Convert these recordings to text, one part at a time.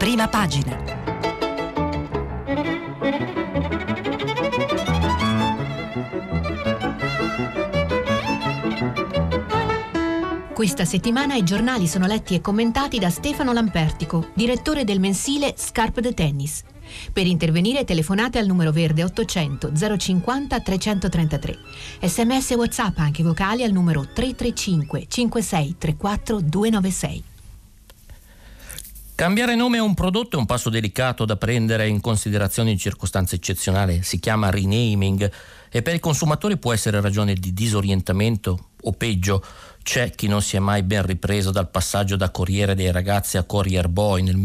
Prima pagina. Questa settimana i giornali sono letti e commentati da Stefano Lampertico, direttore del mensile Scarpe de Tennis. Per intervenire telefonate al numero verde 800 050 333. SMS e WhatsApp anche vocali al numero 335 56 34 296. Cambiare nome a un prodotto è un passo delicato da prendere in considerazione in circostanze eccezionali. Si chiama renaming e per i consumatori può essere ragione di disorientamento o peggio. C'è chi non si è mai ben ripreso dal passaggio da Corriere dei Ragazzi a Corrier Boy nel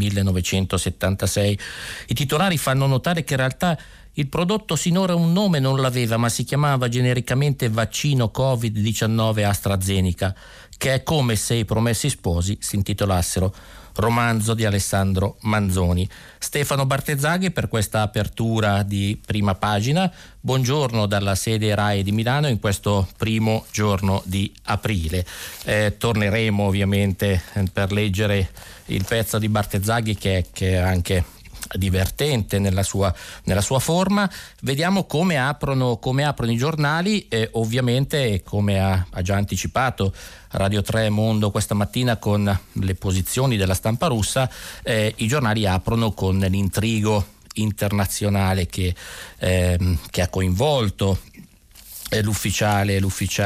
1976. I titolari fanno notare che in realtà il prodotto sinora un nome non l'aveva, ma si chiamava genericamente vaccino Covid-19 AstraZeneca, che è come se i Promessi Sposi si intitolassero Romanzo di Alessandro Manzoni. Stefano Bartezzaghi per questa apertura di Prima Pagina. Buongiorno dalla sede RAI di Milano in questo primo giorno di aprile. Torneremo ovviamente per leggere il pezzo di Bartezzaghi che è anche divertente nella sua forma. Vediamo come aprono i giornali ovviamente, come ha già anticipato Radio 3 Mondo questa mattina con le posizioni della stampa russa. I giornali aprono con l'intrigo internazionale che ha coinvolto l'ufficiale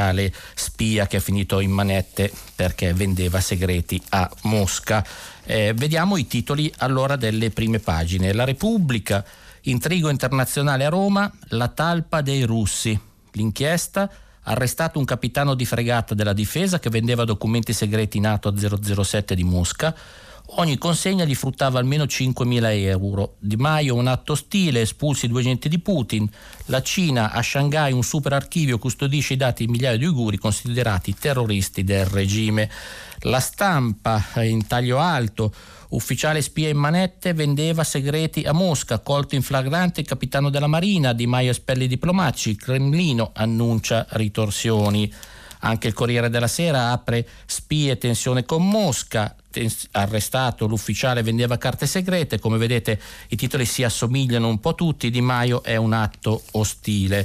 spia che è finito in manette perché vendeva segreti a Mosca. Vediamo i titoli allora delle prime pagine. La Repubblica, intrigo internazionale a Roma, la talpa dei russi. L'inchiesta, arrestato un capitano di fregata della difesa che vendeva documenti segreti NATO a 007 di Mosca. Ogni consegna gli fruttava almeno 5.000 euro. Di Maio un atto ostile, espulsi 2 agenti di Putin. La Cina a Shanghai un super archivio custodisce i dati di migliaia di uiguri considerati terroristi del regime. La Stampa in taglio alto, ufficiale spia in manette vendeva segreti a Mosca, colto in flagrante il capitano della Marina, Di Maio espelle i diplomatici, il Cremlino annuncia ritorsioni. Anche il Corriere della Sera apre spie, tensione con Mosca, arrestato l'ufficiale vendeva carte segrete. Come vedete i titoli si assomigliano un po' tutti. Di Maio è un atto ostile.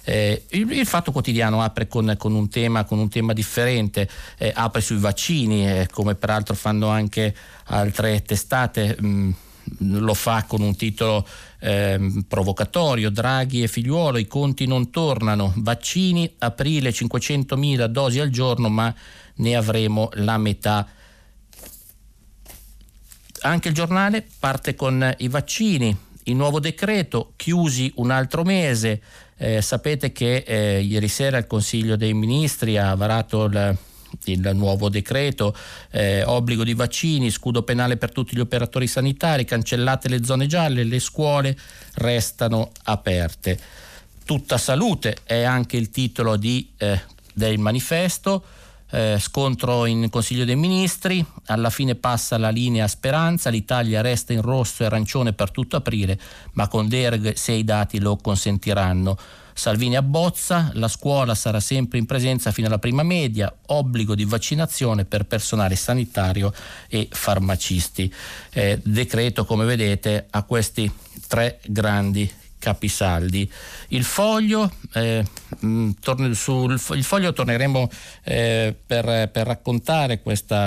Il Fatto Quotidiano apre con un tema differente, apre sui vaccini, come peraltro fanno anche altre testate. Lo fa con un titolo provocatorio: Draghi e Figliuolo, i conti non tornano, vaccini, aprile 500.000 dosi al giorno ma ne avremo la metà. Anche il Giornale parte con i vaccini, il nuovo decreto, chiusi un altro mese. Sapete che ieri sera il Consiglio dei Ministri ha varato il nuovo decreto, obbligo di vaccini, scudo penale per tutti gli operatori sanitari, cancellate le zone gialle, le scuole restano aperte. Tutta salute è anche il titolo del manifesto. Scontro in Consiglio dei Ministri, alla fine passa la linea Speranza, l'Italia resta in rosso e arancione per tutto aprile, ma con deroghe se i dati lo consentiranno. Salvini abbozza, la scuola sarà sempre in presenza fino alla prima media, obbligo di vaccinazione per personale sanitario e farmacisti. Decreto, come vedete, ha questi 3 grandi capisaldi. Il Foglio, sul Foglio torneremo per raccontare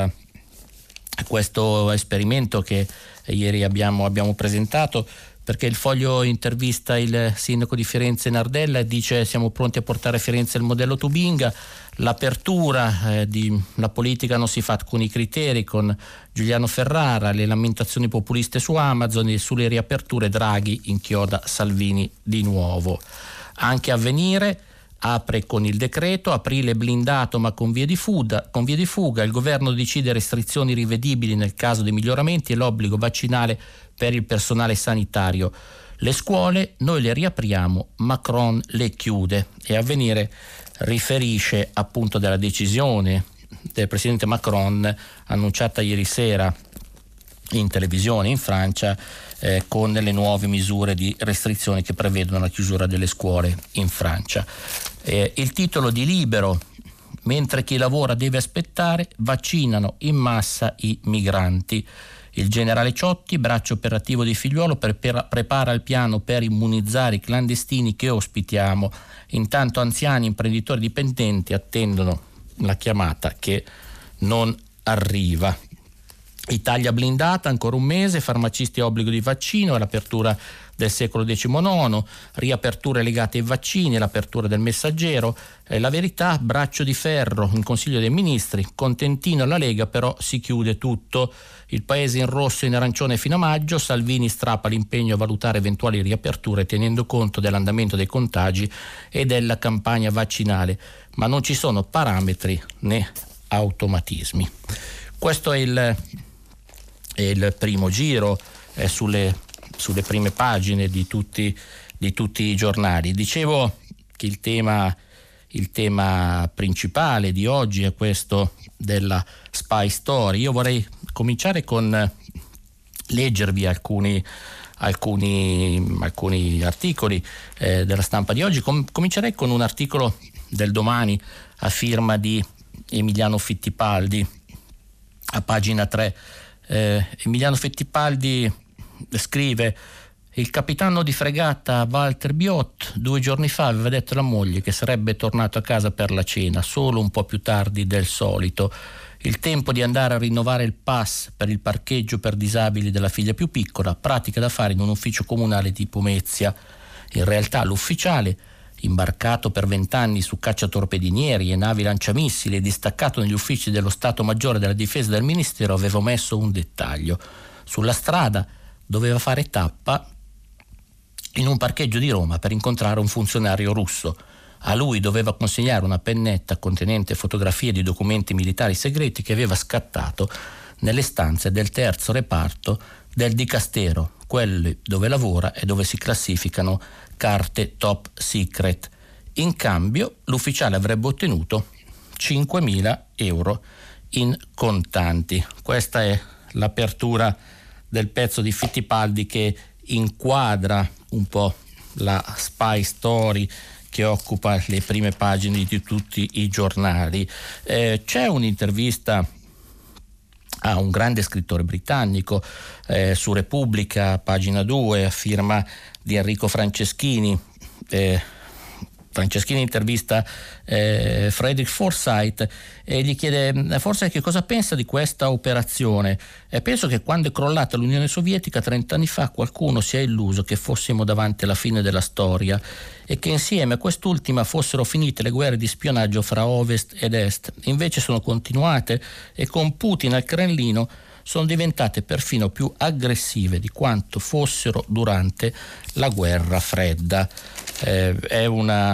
questo esperimento che ieri abbiamo presentato, perché il Foglio intervista il sindaco di Firenze Nardella e dice: siamo pronti a portare a Firenze il modello Tubinga. L'apertura la politica non si fa con i criteri, con Giuliano Ferrara, le lamentazioni populiste su Amazon e sulle riaperture Draghi inchioda Salvini di nuovo. Anche Avvenire apre con il decreto, aprile blindato ma con vie di fuga, il governo decide restrizioni rivedibili nel caso di miglioramenti e l'obbligo vaccinale per il personale sanitario. Le scuole noi le riapriamo, Macron le chiude. E Avvenire riferisce appunto della decisione del presidente Macron annunciata ieri sera in televisione in Francia, con le nuove misure di restrizioni che prevedono la chiusura delle scuole in Francia. Il titolo di Libero Mentre chi lavora deve aspettare, vaccinano in massa i migranti. Il generale Ciotti, braccio operativo di Figliuolo, prepara il piano per immunizzare i clandestini che ospitiamo. Intanto anziani, imprenditori dipendenti attendono la chiamata che non arriva. Italia blindata, ancora un mese, farmacisti a obbligo di vaccino, l'apertura del secolo XIX, riaperture legate ai vaccini, l'apertura del Messaggero, La Verità, braccio di ferro in Consiglio dei Ministri, contentino la Lega, però si chiude tutto. Il paese in rosso e in arancione fino a maggio, Salvini strappa l'impegno a valutare eventuali riaperture tenendo conto dell'andamento dei contagi e della campagna vaccinale, ma non ci sono parametri né automatismi. Questo è il primo giro sulle prime pagine di tutti i giornali. Dicevo che il tema principale di oggi è questo della spy story. Io vorrei cominciare con leggervi alcuni articoli della stampa di oggi. Comincerei con un articolo del Domani a firma di Emiliano Fittipaldi a pagina 3. Emiliano Fittipaldi scrive: il capitano di fregata Walter Biot 2 giorni fa aveva detto alla moglie che sarebbe tornato a casa per la cena solo un po' più tardi del solito. Il tempo di andare a rinnovare il pass per il parcheggio per disabili della figlia più piccola, pratica da fare in un ufficio comunale di Pomezia. In realtà l'ufficiale, imbarcato per 20 anni su cacciatorpedinieri e navi lanciamissili e distaccato negli uffici dello Stato Maggiore della Difesa del Ministero, aveva omesso un dettaglio. Sulla strada doveva fare tappa in un parcheggio di Roma per incontrare un funzionario russo. A lui doveva consegnare una pennetta contenente fotografie di documenti militari segreti che aveva scattato nelle stanze del terzo reparto del Dicastero, quelli dove lavora e dove si classificano carte top secret. In cambio l'ufficiale avrebbe ottenuto 5.000 euro in contanti. Questa è l'apertura del pezzo di Fittipaldi che inquadra un po' la spy story che occupa le prime pagine di tutti i giornali. C'è un'intervista a un grande scrittore britannico su Repubblica, pagina 2, a firma di Enrico Franceschini. Franceschini intervista Frederick Forsyth e gli chiede: Forsyth, che cosa pensa di questa operazione? Penso che quando è crollata l'Unione Sovietica 30 anni fa qualcuno si è illuso che fossimo davanti alla fine della storia e che insieme a quest'ultima fossero finite le guerre di spionaggio fra Ovest ed Est. Invece sono continuate e con Putin al Cremlino sono diventate perfino più aggressive di quanto fossero durante la guerra fredda. È un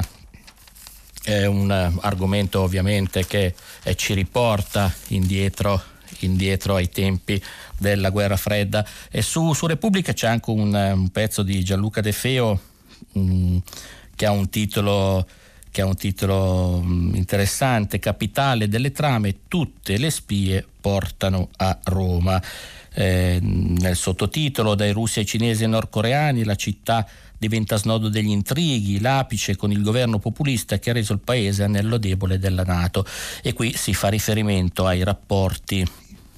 argomento ovviamente che ci riporta indietro ai tempi della guerra fredda. E su Repubblica c'è anche un pezzo di Gianluca De Feo che ha un titolo interessante: Capitale delle trame, tutte le spie portano a Roma. Nel sottotitolo: dai russi ai cinesi ai nordcoreani, la città diventa snodo degli intrighi, l'apice con il governo populista che ha reso il paese anello debole della NATO. E qui si fa riferimento ai rapporti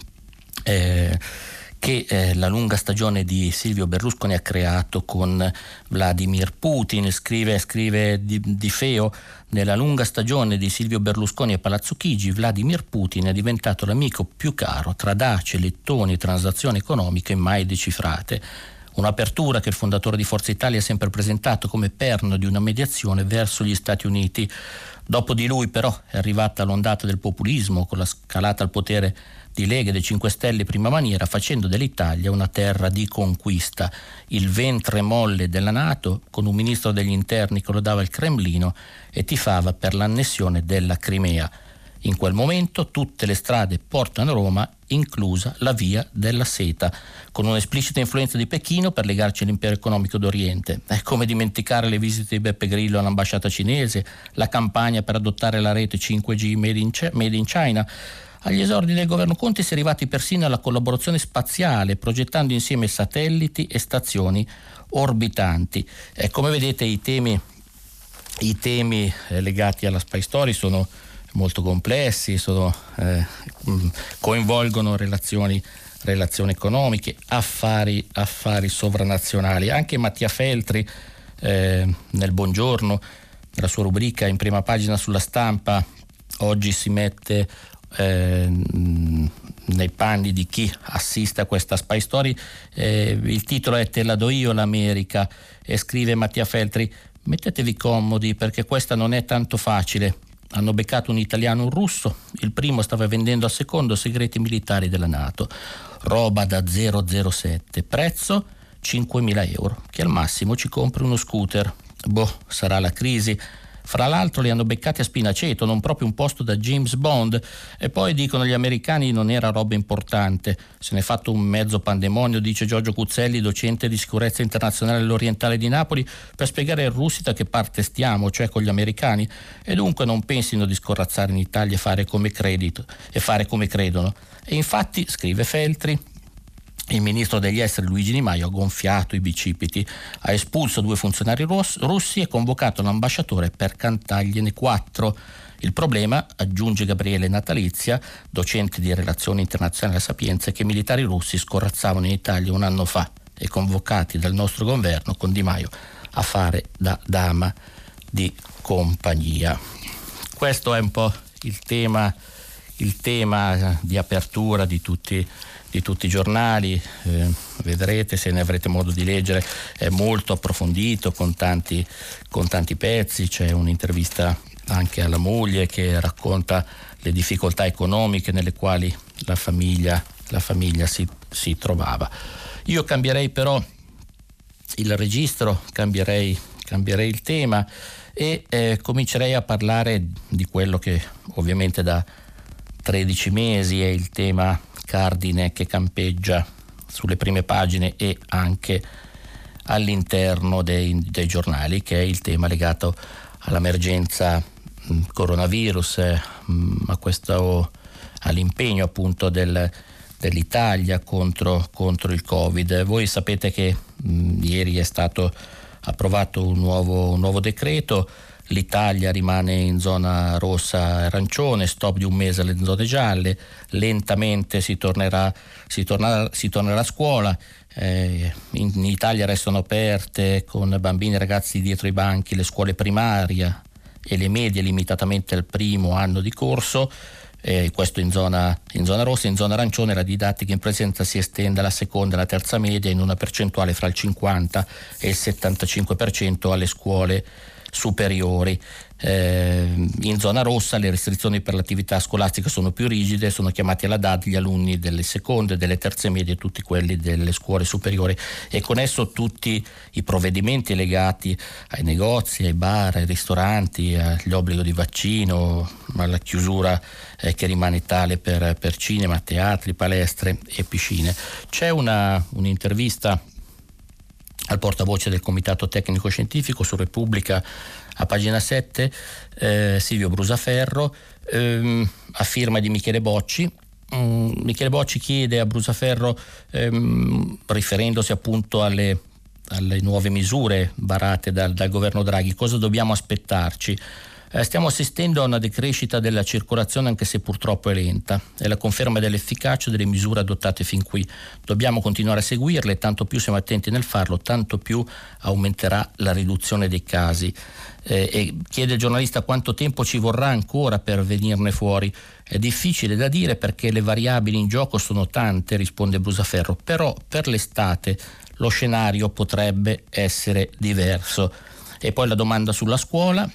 che la lunga stagione di Silvio Berlusconi ha creato con Vladimir Putin. Scrive Di Feo: nella lunga stagione di Silvio Berlusconi a Palazzo Chigi, Vladimir Putin è diventato l'amico più caro tra dace, lettoni e transazioni economiche mai decifrate. Un'apertura che il fondatore di Forza Italia ha sempre presentato come perno di una mediazione verso gli Stati Uniti. Dopo di lui però è arrivata l'ondata del populismo con la scalata al potere di Lega e dei 5 Stelle prima maniera, facendo dell'Italia una terra di conquista, il ventre molle della NATO, con un ministro degli interni che lodava il Cremlino e tifava per l'annessione della Crimea. In quel momento tutte le strade portano a Roma, inclusa la via della seta, con un'esplicita influenza di Pechino per legarci all'impero economico d'Oriente. È come dimenticare le visite di Beppe Grillo all'ambasciata cinese, la campagna per adottare la rete 5G made in China. Agli esordi del governo Conte si è arrivati persino alla collaborazione spaziale, progettando insieme satelliti e stazioni orbitanti. Come vedete i temi legati alla spy story sono molto complessi, coinvolgono relazioni economiche, affari sovranazionali. Anche Mattia Feltri nel Buongiorno, nella sua rubrica in prima pagina sulla Stampa, oggi si mette nei panni di chi assiste a questa spy story. Il titolo è "Te la do io l'America", e scrive Mattia Feltri: mettetevi comodi perché questa non è tanto facile. Hanno beccato un italiano e un russo, il primo stava vendendo al secondo segreti militari della NATO, roba da 007, prezzo 5.000 euro, che al massimo ci compri uno scooter. Sarà la crisi. Fra l'altro li hanno beccati a Spinaceto, non proprio un posto da James Bond, e poi dicono gli americani non era roba importante. Se ne è fatto un mezzo pandemonio, dice Giorgio Cuzzelli, docente di sicurezza internazionale all'Orientale di Napoli, per spiegare ai russi da che parte stiamo, cioè con gli americani, e dunque non pensino di scorrazzare in Italia e fare come credono. E infatti, scrive Feltri, il ministro degli esteri Luigi Di Maio ha gonfiato i bicipiti, ha espulso 2 funzionari russi e convocato l'ambasciatore per cantargliene 4. Il problema, aggiunge Gabriele Natalizia, docente di relazioni internazionali a Sapienza, è che i militari russi scorrazzavano in Italia un anno fa e convocati dal nostro governo con Di Maio a fare da dama di compagnia. Questo è un po' il tema di apertura di tutti i giornali. Vedrete, se ne avrete modo di leggere, è molto approfondito con tanti pezzi. C'è un'intervista anche alla moglie che racconta le difficoltà economiche nelle quali la famiglia si trovava. Io cambierei però il registro, cambierei il tema e comincerei a parlare di quello che ovviamente da 13 mesi è il tema cardine che campeggia sulle prime pagine e anche all'interno dei giornali, che è il tema legato all'emergenza coronavirus, all'impegno appunto dell'Italia contro il Covid. Voi sapete che ieri è stato approvato un nuovo decreto. L'Italia rimane in zona rossa e arancione, stop di un mese alle zone gialle, lentamente si tornerà a scuola. In Italia restano aperte con bambini e ragazzi dietro i banchi le scuole primarie e le medie limitatamente al primo anno di corso. Questo in zona rossa. In zona arancione la didattica in presenza si estende alla seconda e alla terza media in una percentuale fra il 50 e il 75% alle scuole superiori. In zona rossa le restrizioni per l'attività scolastica sono più rigide, sono chiamati alla DAD gli alunni delle seconde, delle terze medie, tutti quelli delle scuole superiori, e con esso tutti i provvedimenti legati ai negozi, ai bar, ai ristoranti, agli obblighi di vaccino, alla chiusura che rimane tale per cinema, teatri, palestre e piscine. C'è un'intervista al portavoce del Comitato Tecnico Scientifico su Repubblica a pagina 7, Silvio Brusaferro, a firma di Michele Bocci. Michele Bocci chiede a Brusaferro, riferendosi appunto alle nuove misure varate dal governo Draghi, cosa dobbiamo aspettarci. Stiamo assistendo a una decrescita della circolazione, anche se purtroppo è lenta. È la conferma dell'efficacia delle misure adottate fin qui. Dobbiamo continuare a seguirle, tanto più siamo attenti nel farlo, tanto più aumenterà la riduzione dei casi. E chiede il giornalista quanto tempo ci vorrà ancora per venirne fuori. È difficile da dire perché le variabili in gioco sono tante, risponde Brusaferro, però per l'estate lo scenario potrebbe essere diverso. E poi la domanda sulla scuola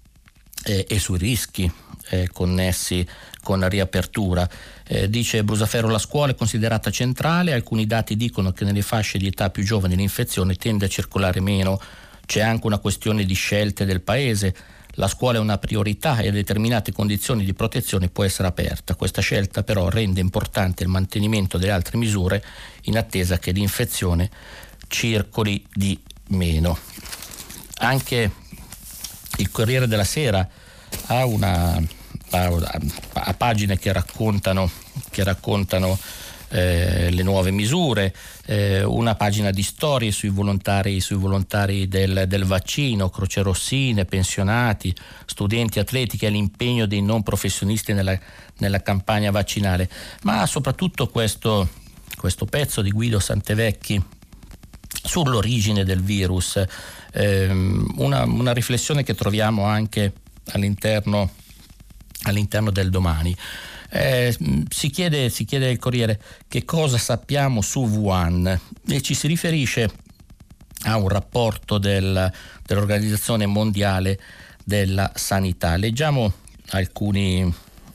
e sui rischi connessi con la riapertura. Dice Brusaferro, la scuola è considerata centrale, alcuni dati dicono che nelle fasce di età più giovani l'infezione tende a circolare meno, c'è anche una questione di scelte del paese, la scuola è una priorità e a determinate condizioni di protezione può essere aperta, questa scelta però rende importante il mantenimento delle altre misure in attesa che l'infezione circoli di meno. Anche il Corriere della Sera ha pagine che raccontano le nuove misure, una pagina di storie sui volontari del vaccino, crocerossine, pensionati, studenti, atleti, che è l'impegno dei non professionisti nella campagna vaccinale, ma soprattutto questo pezzo di Guido Santevecchi sull'origine del virus, una riflessione che troviamo anche all'interno del Domani. Si chiede il Corriere che cosa sappiamo su Wuhan, e ci si riferisce a un rapporto dell'Organizzazione Mondiale della Sanità. Leggiamo alcuni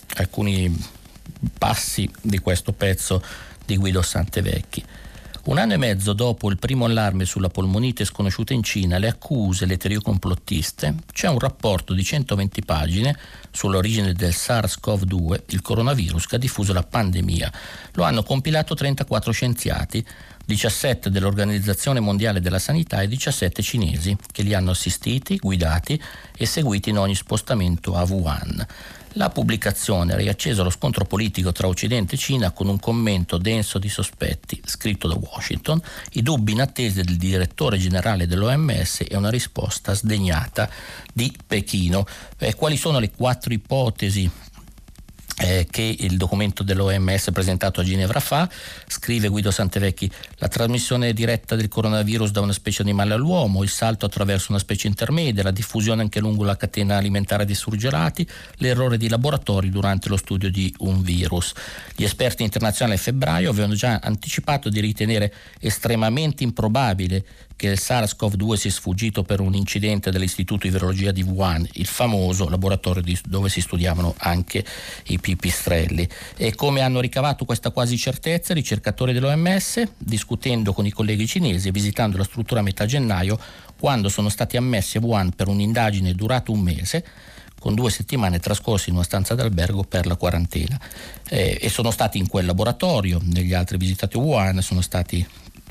passi di questo pezzo di Guido Santevecchi. 1 anno e mezzo dopo il primo allarme sulla polmonite sconosciuta in Cina, le accuse, le teorie complottiste, c'è un rapporto di 120 pagine sull'origine del SARS-CoV-2, il coronavirus che ha diffuso la pandemia. Lo hanno compilato 34 scienziati, 17 dell'Organizzazione Mondiale della Sanità e 17 cinesi, che li hanno assistiti, guidati e seguiti in ogni spostamento a Wuhan. La pubblicazione ha riacceso lo scontro politico tra Occidente e Cina con un commento denso di sospetti, scritto da Washington, i dubbi inattesi del direttore generale dell'OMS e una risposta sdegnata di Pechino. Quali sono le 4 ipotesi che il documento dell'OMS presentato a Ginevra fa? Scrive Guido Santevecchi: la trasmissione diretta del coronavirus da una specie animale all'uomo, il salto attraverso una specie intermedia, la diffusione anche lungo la catena alimentare di surgelati, l'errore di laboratori durante lo studio di un virus. Gli esperti internazionali a febbraio avevano già anticipato di ritenere estremamente improbabile che il SARS-CoV-2 sia sfuggito per un incidente dell'Istituto di Virologia di Wuhan, il famoso laboratorio dove si studiavano anche i pipistrelli. E come hanno ricavato questa quasi certezza i ricercatori dell'OMS, discutendo con i colleghi cinesi e visitando la struttura a metà gennaio, quando sono stati ammessi a Wuhan per un'indagine durata 1 mese, con 2 settimane trascorse in una stanza d'albergo per la quarantena. E sono stati in quel laboratorio, negli altri visitati a Wuhan, sono stati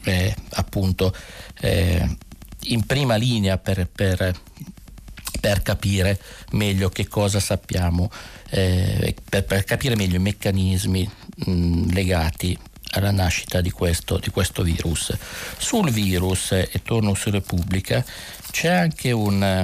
in prima linea per capire meglio che cosa sappiamo, per capire meglio i meccanismi legati alla nascita di questo virus. Sul virus, e torno su Repubblica, c'è anche un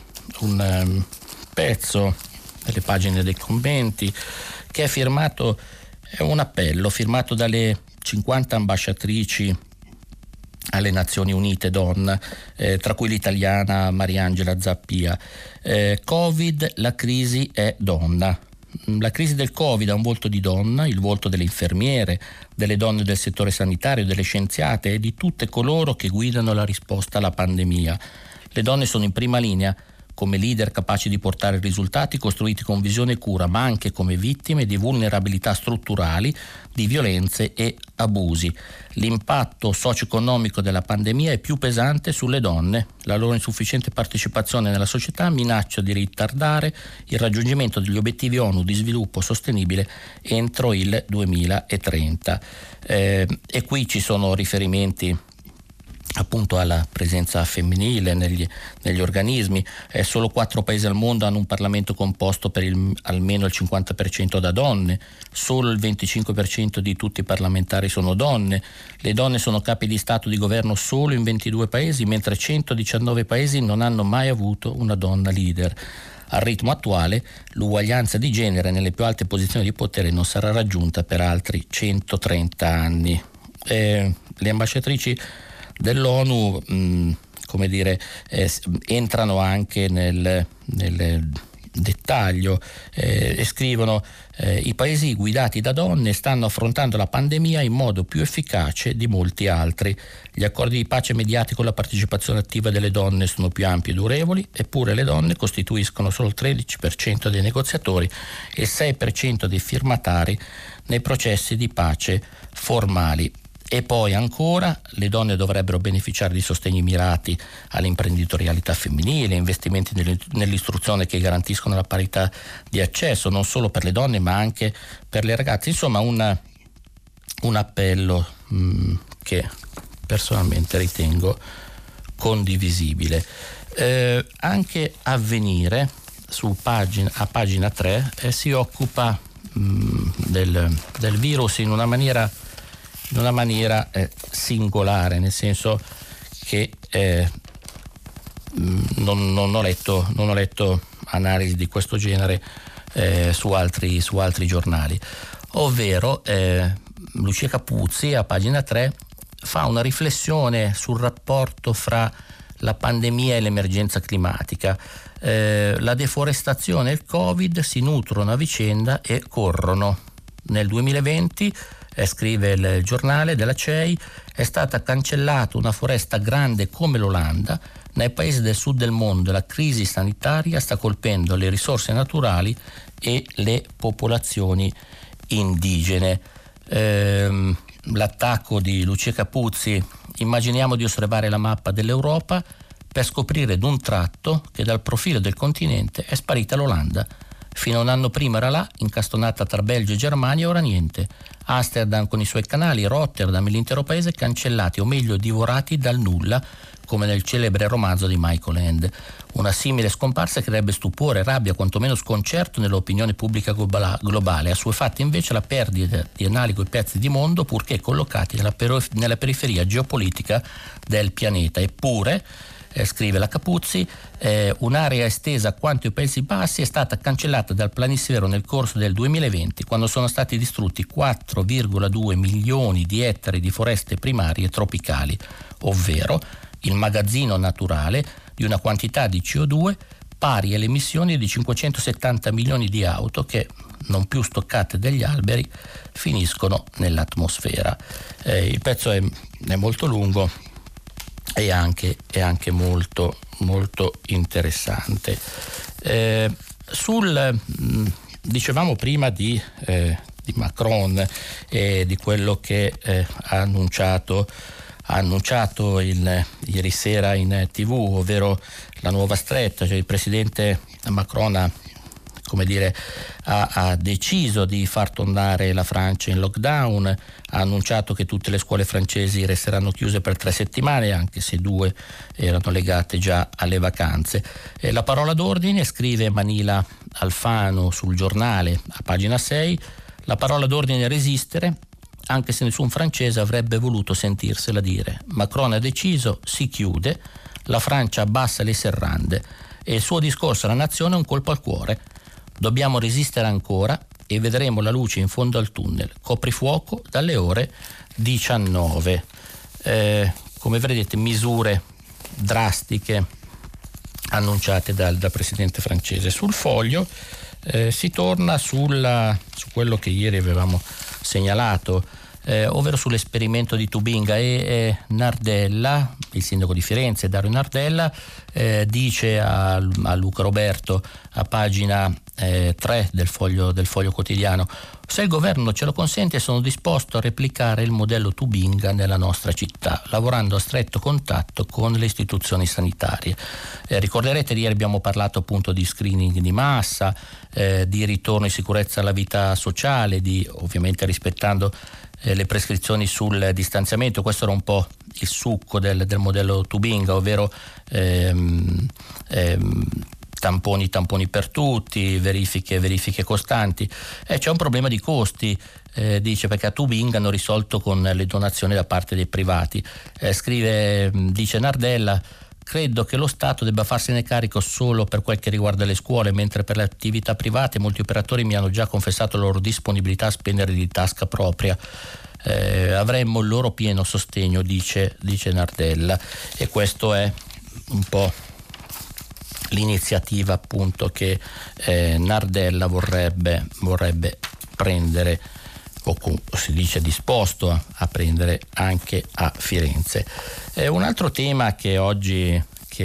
pezzo nelle pagine dei commenti che è firmato, è un appello firmato dalle 50 ambasciatrici alle Nazioni Unite donna, tra cui l'italiana Mariangela Zappia. Covid, la crisi è donna. La crisi del Covid ha un volto di donna, il volto delle infermiere, delle donne del settore sanitario, delle scienziate e di tutte coloro che guidano la risposta alla pandemia. Le donne sono in prima linea come leader capaci di portare risultati costruiti con visione e cura, ma anche come vittime di vulnerabilità strutturali, di violenze e abusi. L'impatto socio-economico della pandemia è più pesante sulle donne. La loro insufficiente partecipazione nella società minaccia di ritardare il raggiungimento degli obiettivi ONU di sviluppo sostenibile entro il 2030. E qui ci sono riferimenti appunto alla presenza femminile negli organismi. Solo 4 paesi al mondo hanno un Parlamento composto per almeno il 50% da donne, solo il 25% di tutti i parlamentari sono donne, le donne sono capi di Stato di governo solo in 22 paesi, mentre 119 paesi non hanno mai avuto una donna leader. Al ritmo attuale, l'uguaglianza di genere nelle più alte posizioni di potere non sarà raggiunta per altri 130 anni. Le ambasciatrici dell'ONU entrano anche nel dettaglio e scrivono: i paesi guidati da donne stanno affrontando la pandemia in modo più efficace di molti altri. Gli accordi di pace mediati con la partecipazione attiva delle donne sono più ampi e durevoli, eppure le donne costituiscono solo il 13% dei negoziatori e il 6% dei firmatari nei processi di pace formali. E poi ancora, le donne dovrebbero beneficiare di sostegni mirati all'imprenditorialità femminile, investimenti nell'istruzione che garantiscono la parità di accesso non solo per le donne ma anche per le ragazze. Insomma, un appello che personalmente ritengo condivisibile. Anche Avvenire a pagina 3 si occupa del virus in una maniera singolare, nel senso che non ho letto analisi di questo genere su altri giornali, ovvero Lucia Capuzzi a pagina 3 fa una riflessione sul rapporto fra la pandemia e l'emergenza climatica. La deforestazione e il Covid si nutrono a vicenda e corrono. Nel 2020, scrive il giornale della CEI, è stata cancellata una foresta grande come l'Olanda. Nei paesi del sud del mondo la crisi sanitaria sta colpendo le risorse naturali e le popolazioni indigene. L'attacco di Lucia Capuzzi: immaginiamo di osservare la mappa dell'Europa per scoprire d'un tratto che dal profilo del continente è sparita l'Olanda. Fino a un anno prima era là, incastonata tra Belgio e Germania, ora niente. Amsterdam con i suoi canali, Rotterdam e l'intero paese cancellati, o meglio divorati dal nulla, come nel celebre romanzo di Michael Ende. Una simile scomparsa creerebbe stupore, rabbia, quantomeno sconcerto nell'opinione pubblica globale. Assuefatta invece la perdita di analoghi pezzi di mondo, purché collocati nella periferia geopolitica del pianeta. Eppure, scrive la Capuzzi, un'area estesa quanto i Paesi Bassi è stata cancellata dal planisfero nel corso del 2020, quando sono stati distrutti 4,2 milioni di ettari di foreste primarie tropicali, ovvero il magazzino naturale di una quantità di CO2 pari alle emissioni di 570 milioni di auto che, non più stoccate dagli alberi, finiscono nell'atmosfera. Il pezzo è molto lungo e anche molto molto interessante. Dicevamo prima di Macron e di quello che ha annunciato ieri sera in TV, ovvero la nuova stretta. Cioè il presidente Macron ha deciso di far tornare la Francia in lockdown, ha annunciato che tutte le scuole francesi resteranno chiuse per 3 settimane, anche se 2 erano legate già alle vacanze. La parola d'ordine, scrive Manila Alfano sul giornale a pagina 6, la parola d'ordine è resistere, anche se nessun francese avrebbe voluto sentirsela dire. Macron ha deciso, si chiude, la Francia abbassa le serrande e il suo discorso alla nazione è un colpo al cuore. Dobbiamo resistere ancora e vedremo la luce in fondo al tunnel. Coprifuoco dalle ore 19. Come vedete, misure drastiche annunciate dal presidente francese. Sul Foglio si torna su quello che ieri avevamo segnalato, ovvero sull'esperimento di Tubinga, e Nardella, il sindaco di Firenze, Dario Nardella, dice a Luca Roberto a pagina 3 del foglio quotidiano: se il governo ce lo consente sono disposto a replicare il modello Tubinga nella nostra città, lavorando a stretto contatto con le istituzioni sanitarie. Ricorderete, ieri abbiamo parlato appunto di screening di massa, di ritorno in sicurezza alla vita sociale, ovviamente rispettando le prescrizioni sul distanziamento. Questo era un po' il succo del modello Tubinga, ovvero tamponi per tutti, verifiche costanti. C'è un problema di costi, dice, perché a Tubinga hanno risolto con le donazioni da parte dei privati. Dice Nardella: credo che lo Stato debba farsene carico solo per quel che riguarda le scuole, mentre per le attività private molti operatori mi hanno già confessato la loro disponibilità a spendere di tasca propria. Avremmo il loro pieno sostegno, dice Nardella, e questo è un po' l'iniziativa appunto che Nardella vorrebbe prendere, o si dice disposto a prendere anche a Firenze. Un altro tema che oggi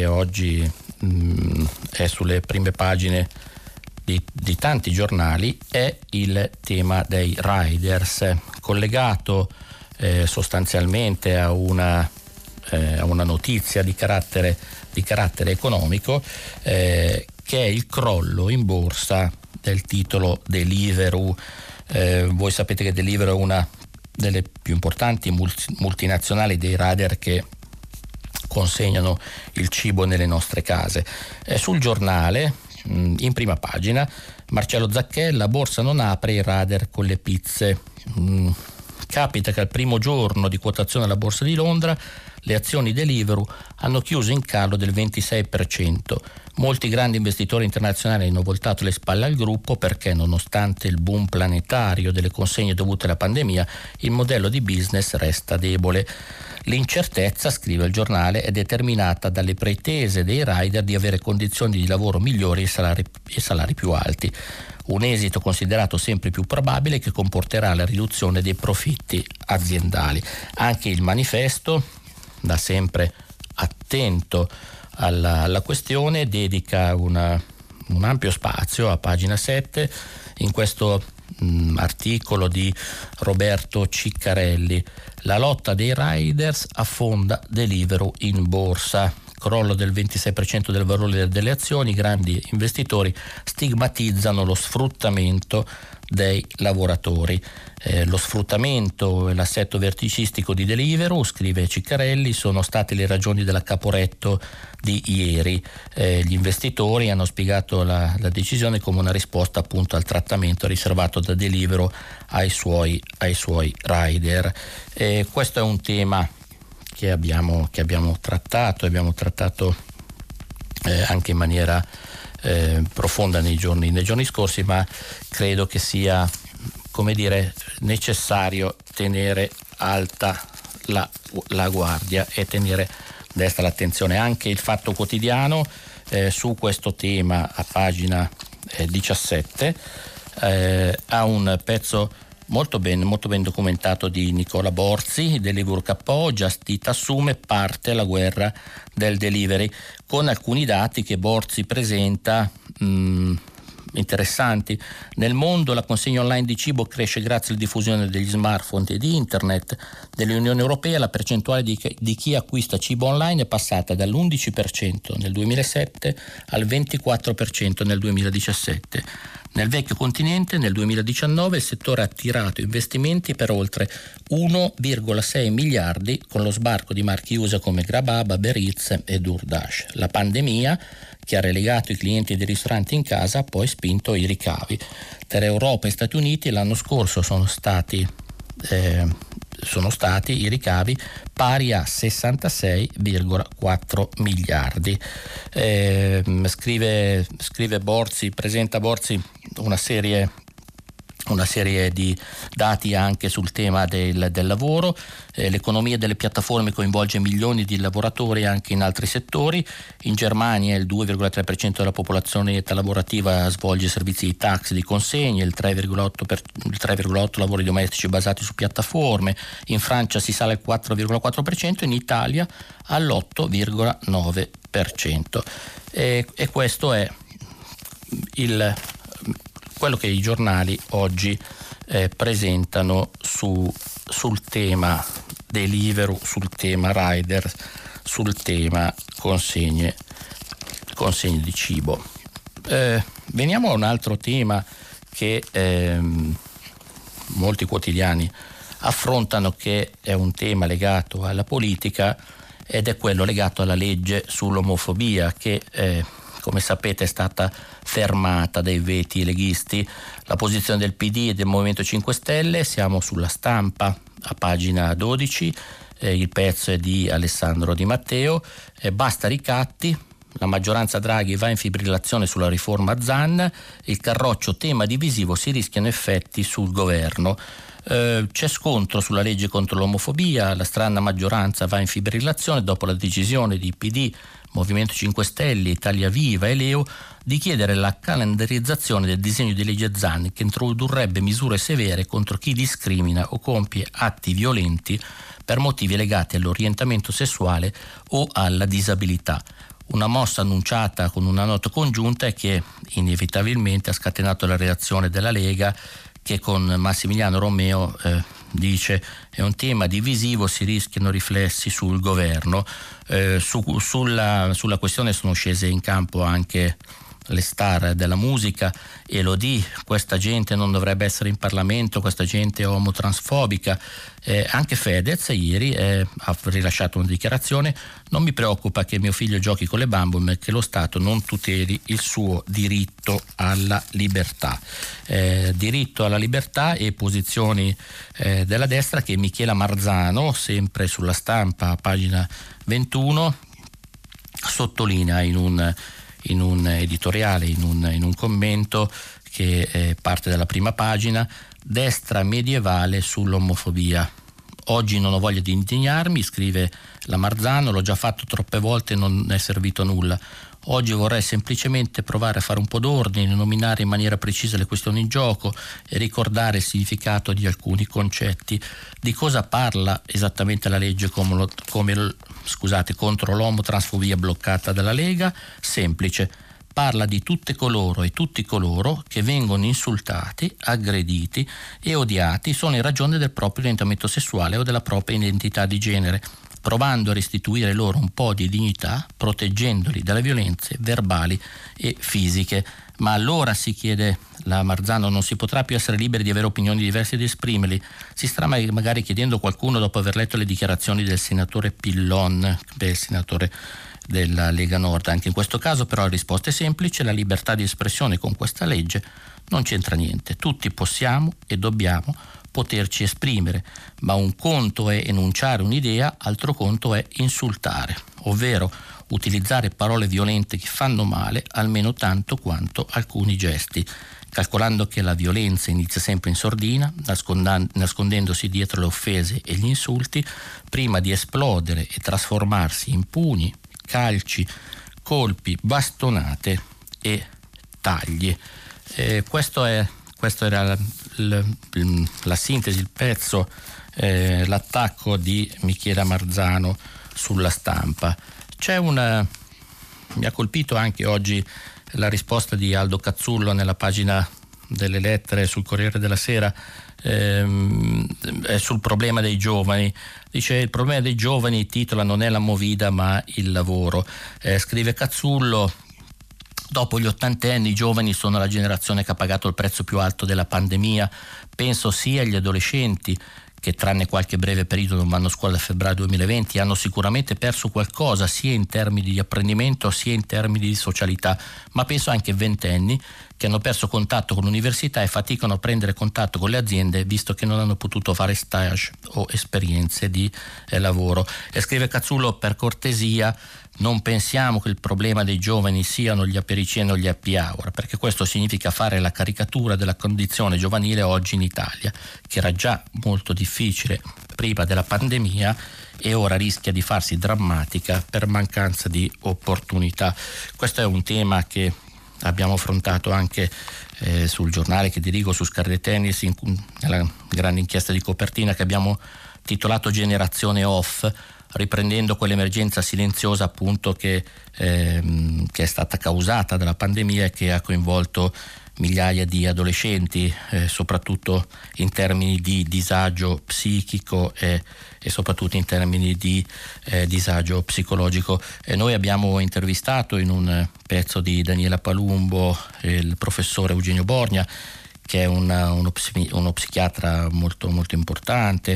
è sulle prime pagine di tanti giornali è il tema dei riders, collegato sostanzialmente a una notizia di carattere economico, che è il crollo in borsa del titolo Deliveroo. Voi sapete che Deliveroo è una delle più importanti multinazionali dei rider che consegnano il cibo nelle nostre case. Sul giornale, in prima pagina, Marcello Zacchella: borsa non apre, i rider con le pizze. Capita che al primo giorno di quotazione alla Borsa di Londra le azioni Deliveroo hanno chiuso in calo del 26%. Molti grandi investitori internazionali hanno voltato le spalle al gruppo perché, nonostante il boom planetario delle consegne dovute alla pandemia, il modello di business resta debole. L'incertezza, scrive il giornale, è determinata dalle pretese dei rider di avere condizioni di lavoro migliori e salari più alti. Un esito considerato sempre più probabile che comporterà la riduzione dei profitti aziendali. Anche il Manifesto, da sempre attento alla questione, dedica un ampio spazio a pagina 7 in questo articolo di Roberto Ciccarelli. La lotta dei riders affonda Deliveroo in borsa. Crollo del 26% del valore delle azioni. I grandi investitori stigmatizzano lo sfruttamento dei lavoratori. Lo sfruttamento e l'assetto verticistico di Deliveroo, scrive Ciccarelli, sono state le ragioni della Caporetto di ieri. Gli investitori hanno spiegato la decisione come una risposta appunto al trattamento riservato da Deliveroo ai suoi rider. Questo è un tema che abbiamo trattato anche in maniera profonda nei giorni scorsi, ma credo che sia, come dire, necessario tenere alta la guardia e tenere destra l'attenzione. Anche il Fatto Quotidiano su questo tema a pagina 17 ha un pezzo molto ben documentato di Nicola Borzi. Deliveroo KO, Just Eat assume, parte la guerra del delivery, con alcuni dati che Borzi presenta interessanti. Nel mondo la consegna online di cibo cresce grazie alla diffusione degli smartphone e di internet. Nell'Unione Europea la percentuale di chi acquista cibo online è passata dall'11% nel 2007 al 24% nel 2017. Nel vecchio continente nel 2019 il settore ha attirato investimenti per oltre 1,6 miliardi con lo sbarco di marchi USA come Grabhub, Uber Eats e DoorDash. La pandemia, che ha relegato i clienti dei ristoranti in casa, ha poi spinto i ricavi. Per Europa e Stati Uniti l'anno scorso sono stati i ricavi pari a 66,4 miliardi. Scrive Borzi, presenta Borzi una serie di dati anche sul tema del lavoro. L'economia delle piattaforme coinvolge milioni di lavoratori anche in altri settori. In Germania il 2,3% della popolazione età lavorativa svolge servizi di taxi, di consegne, il 3,8% lavori domestici basati su piattaforme. In Francia si sale al 4,4%, in Italia all'8,9%. E questo è quello che i giornali oggi presentano sul tema Deliveroo, sul tema rider, sul tema consegne di cibo. Veniamo a un altro tema che molti quotidiani affrontano, che è un tema legato alla politica, ed è quello legato alla legge sull'omofobia che come sapete è stata fermata dai veti leghisti. La posizione del PD e del Movimento 5 Stelle, siamo sulla Stampa a pagina 12, il pezzo è di Alessandro Di Matteo, basta ricatti, la maggioranza Draghi va in fibrillazione sulla riforma Zan, il Carroccio tema divisivo, si rischiano effetti sul governo. C'è scontro sulla legge contro l'omofobia, la strana maggioranza va in fibrillazione dopo la decisione di PD, Movimento 5 Stelle, Italia Viva e Leo di chiedere la calendarizzazione del disegno di legge Zan, che introdurrebbe misure severe contro chi discrimina o compie atti violenti per motivi legati all'orientamento sessuale o alla disabilità. Una mossa annunciata con una nota congiunta e che inevitabilmente ha scatenato la reazione della Lega, che con Massimiliano Romeo dice è un tema divisivo, si rischiano riflessi sul governo. Sulla questione sono scese in campo anche le star della musica. Elodie, questa gente non dovrebbe essere in Parlamento, questa gente è omotransfobica. Anche Fedez ieri ha rilasciato una dichiarazione: non mi preoccupa che mio figlio giochi con le bambole, che lo Stato non tuteli il suo diritto alla libertà. Diritto alla libertà e posizioni della destra che Michela Marzano, sempre sulla Stampa, pagina 21, sottolinea in un editoriale, in un commento che parte dalla prima pagina: destra medievale sull'omofobia. Oggi non ho voglia di indignarmi, scrive la Marzano, l'ho già fatto troppe volte e non è servito a nulla. Oggi vorrei semplicemente provare a fare un po' d'ordine, nominare in maniera precisa le questioni in gioco e ricordare il significato di alcuni concetti. Di cosa parla esattamente la legge contro l'omotransfobia bloccata dalla Lega? Semplice. Parla di tutte coloro e tutti coloro che vengono insultati, aggrediti e odiati solo in ragione del proprio orientamento sessuale o della propria identità di genere, provando a restituire loro un po' di dignità, proteggendoli dalle violenze verbali e fisiche. Ma allora, si chiede la Marzano, non si potrà più essere liberi di avere opinioni diverse ed esprimerli? Si starà magari chiedendo qualcuno, dopo aver letto le dichiarazioni del senatore Pillon, del senatore della Lega Nord. Anche in questo caso però la risposta è semplice: la libertà di espressione con questa legge non c'entra niente. Tutti possiamo e dobbiamo poterci esprimere, ma un conto è enunciare un'idea, altro conto è insultare, ovvero utilizzare parole violente che fanno male almeno tanto quanto alcuni gesti, calcolando che la violenza inizia sempre in sordina, nascondendosi dietro le offese e gli insulti, prima di esplodere e trasformarsi in pugni, calci, colpi, bastonate e tagli. Questa era la sintesi, il pezzo, l'attacco di Michela Marzano sulla Stampa. Mi ha colpito anche oggi la risposta di Aldo Cazzullo nella pagina delle lettere sul Corriere della Sera sul problema dei giovani. Dice: il problema dei giovani, titola, non è la movida ma il lavoro. Scrive Cazzullo: dopo gli ottantenni i giovani sono la generazione che ha pagato il prezzo più alto della pandemia. Penso sia agli adolescenti, che tranne qualche breve periodo non vanno a scuola da febbraio 2020, hanno sicuramente perso qualcosa sia in termini di apprendimento sia in termini di socialità, ma penso anche ai ventenni che hanno perso contatto con l'università e faticano a prendere contatto con le aziende, visto che non hanno potuto fare stage o esperienze di lavoro. E scrive Cazzullo: per cortesia, non pensiamo che il problema dei giovani siano gli apericeni o gli happy hour, perché questo significa fare la caricatura della condizione giovanile oggi in Italia, che era già molto difficile prima della pandemia e ora rischia di farsi drammatica per mancanza di opportunità. Questo è un tema che abbiamo affrontato anche sul giornale che dirigo, su Sky Tennis, nella grande inchiesta di copertina che abbiamo titolato Generazione Off, riprendendo quell'emergenza silenziosa appunto che è stata causata dalla pandemia e che ha coinvolto migliaia di adolescenti, soprattutto in termini di disagio psichico e soprattutto in termini di disagio psicologico. Noi abbiamo intervistato in un pezzo di Daniela Palumbo il professore Eugenio Borgna, che è uno psichiatra molto, molto importante,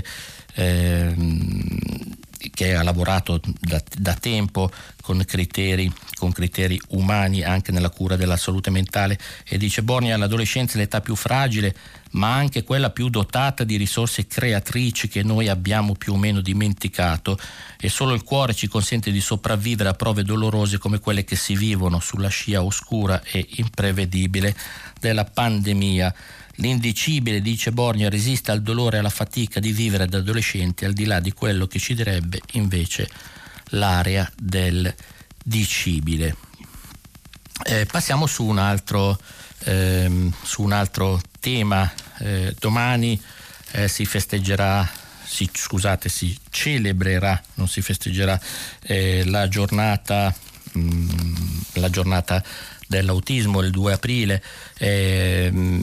che ha lavorato da tempo con criteri umani anche nella cura della salute mentale, e dice Borgna: l'adolescenza è l'età più fragile ma anche quella più dotata di risorse creatrici che noi abbiamo più o meno dimenticato, e solo il cuore ci consente di sopravvivere a prove dolorose come quelle che si vivono sulla scia oscura e imprevedibile della pandemia. L'indicibile, dice Borgna, resiste al dolore e alla fatica di vivere da adolescenti, al di là di quello che ci direbbe invece l'area del dicibile. Passiamo su un altro tema. Domani si celebrerà, non si festeggerà, la giornata dell'autismo, il 2 aprile,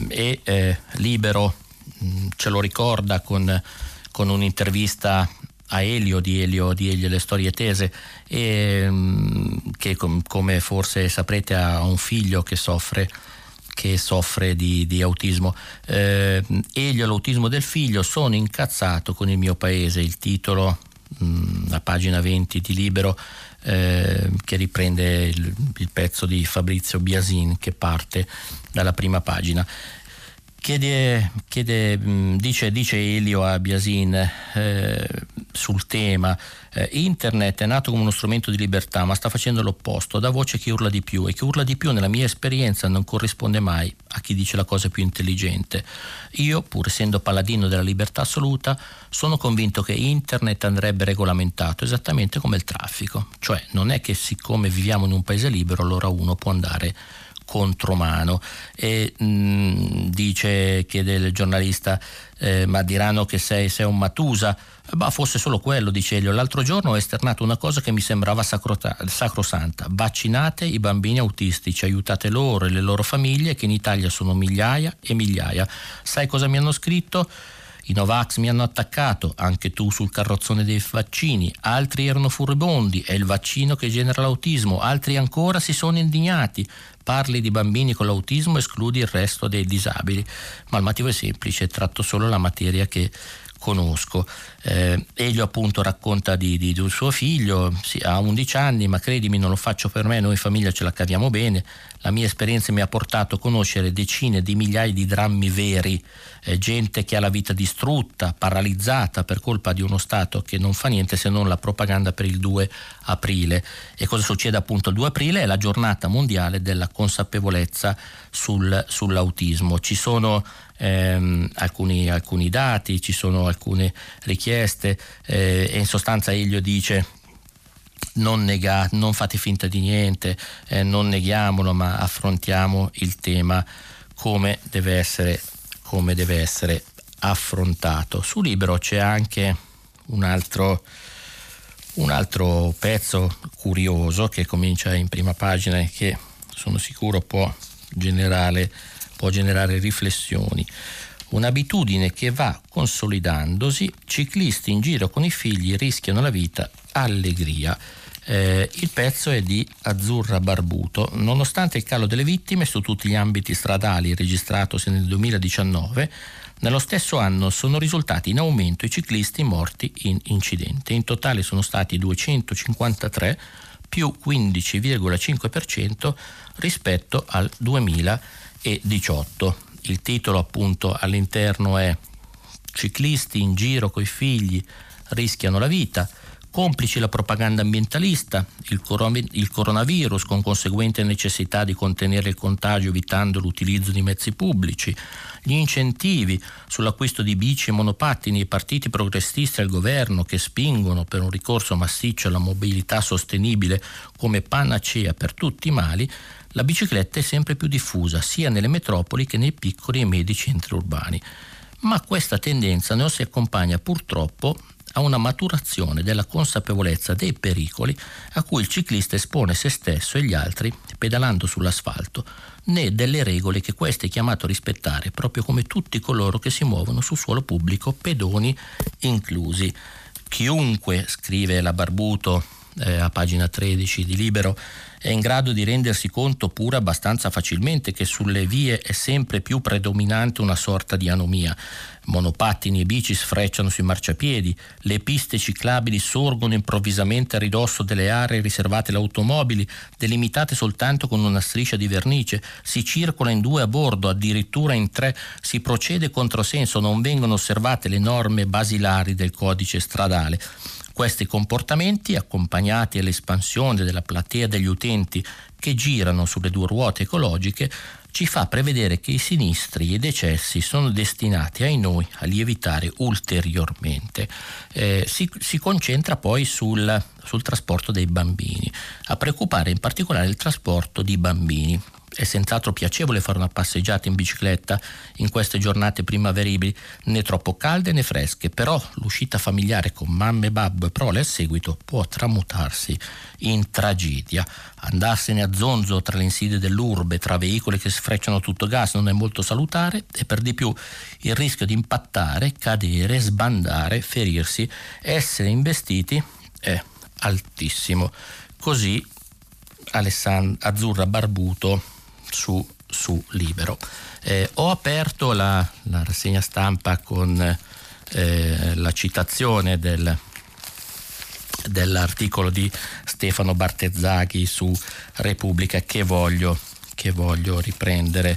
e Libero ce lo ricorda con un'intervista Elio di Elio e le storie tese, che come forse saprete ha un figlio che soffre di autismo. Elio, l'autismo del figlio, sono incazzato con il mio paese, il titolo, la pagina 20 di Libero, che riprende il pezzo di Fabrizio Biasin che parte dalla prima pagina. Dice Elio a Biasin sul tema: internet è nato come uno strumento di libertà, ma sta facendo l'opposto, dà voce a chi urla di più, e chi urla di più nella mia esperienza non corrisponde mai a chi dice la cosa più intelligente. Io, pur essendo paladino della libertà assoluta, sono convinto che internet andrebbe regolamentato esattamente come il traffico, cioè non è che siccome viviamo in un paese libero allora uno può andare contromano. E chiede il giornalista, ma diranno che sei un Matusa. Ma fosse solo quello, dice Elio. L'altro giorno ho esternato una cosa che mi sembrava sacrosanta: vaccinate i bambini autistici, aiutate loro e le loro famiglie, che in Italia sono migliaia e migliaia. Sai cosa mi hanno scritto? I Novax mi hanno attaccato, anche tu sul carrozzone dei vaccini, altri erano furibondi, è il vaccino che genera l'autismo, altri ancora si sono indignati. Parli di bambini con l'autismo, escludi il resto dei disabili. Ma il motivo è semplice, tratto solo la materia che conosco. Elio appunto racconta di suo figlio, ha 11 anni, ma credimi, non lo faccio per me, noi in famiglia ce la caviamo bene. La mia esperienza mi ha portato a conoscere decine di migliaia di drammi veri, gente che ha la vita distrutta, paralizzata per colpa di uno Stato che non fa niente se non la propaganda per il 2 aprile. E cosa succede appunto il 2 aprile? È la giornata mondiale della consapevolezza sull'autismo. Ci sono alcuni dati, ci sono alcune richieste, e in sostanza Elio dice: non fate finta di niente, non neghiamolo, ma affrontiamo il tema come deve essere affrontato. Su Libero c'è anche un altro pezzo curioso che comincia in prima pagina e che sono sicuro può generare riflessioni. Un'abitudine che va consolidandosi, ciclisti in giro con i figli rischiano la vita, allegria. Il pezzo è di Azzurra Barbuto. Nonostante il calo delle vittime su tutti gli ambiti stradali registratosi nel 2019, nello stesso anno sono risultati in aumento i ciclisti morti in incidente. In totale sono stati 253, più 15,5% rispetto al 2018. Il titolo appunto all'interno è: ciclisti in giro coi figli rischiano la vita, complici la propaganda ambientalista, il coronavirus con conseguente necessità di contenere il contagio evitando l'utilizzo di mezzi pubblici, gli incentivi sull'acquisto di bici e monopattini, i partiti progressisti al governo che spingono per un ricorso massiccio alla mobilità sostenibile come panacea per tutti i mali. La bicicletta è sempre più diffusa sia nelle metropoli che nei piccoli e medi centri urbani. Ma questa tendenza non si accompagna purtroppo a una maturazione della consapevolezza dei pericoli a cui il ciclista espone se stesso e gli altri pedalando sull'asfalto, né delle regole che questo è chiamato a rispettare, proprio come tutti coloro che si muovono sul suolo pubblico, pedoni inclusi. Chiunque, scrive la Barbuto a pagina 13 di Libero, è in grado di rendersi conto pure abbastanza facilmente che sulle vie è sempre più predominante una sorta di anomia. Monopattini e bici sfrecciano sui marciapiedi, le piste ciclabili sorgono improvvisamente a ridosso delle aree riservate alle automobili, delimitate soltanto con una striscia di vernice, si circola in due a bordo, addirittura in tre, si procede controsenso, non vengono osservate le norme basilari del codice stradale. Questi comportamenti, accompagnati all'espansione della platea degli utenti che girano sulle due ruote ecologiche, ci fa prevedere che i sinistri e i decessi sono destinati, ai noi, a lievitare ulteriormente. Si concentra poi sul trasporto dei bambini, a preoccupare in particolare il trasporto di bambini. È senz'altro piacevole fare una passeggiata in bicicletta in queste giornate primaverili, né troppo calde né fresche, però l'uscita familiare con mamme, babbo e prole al seguito può tramutarsi in tragedia. Andarsene a zonzo tra le insidie dell'urbe, tra veicoli che sfrecciano tutto gas, non è molto salutare, e per di più il rischio di impattare, cadere, sbandare, ferirsi, essere investiti è altissimo. Così Azzurra Barbuto su Libero. Ho aperto la rassegna stampa con la citazione dell'articolo di Stefano Bartezzaghi su Repubblica che voglio riprendere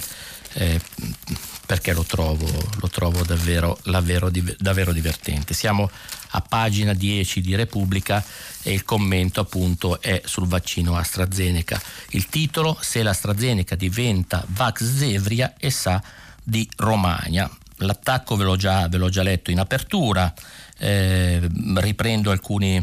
perché lo trovo davvero divertente. Siamo a pagina 10 di Repubblica e il commento appunto è sul vaccino AstraZeneca. Il titolo: se l'AstraZeneca diventa Vax Zevria e sa di Romagna. L'attacco ve l'ho già letto in apertura, riprendo alcuni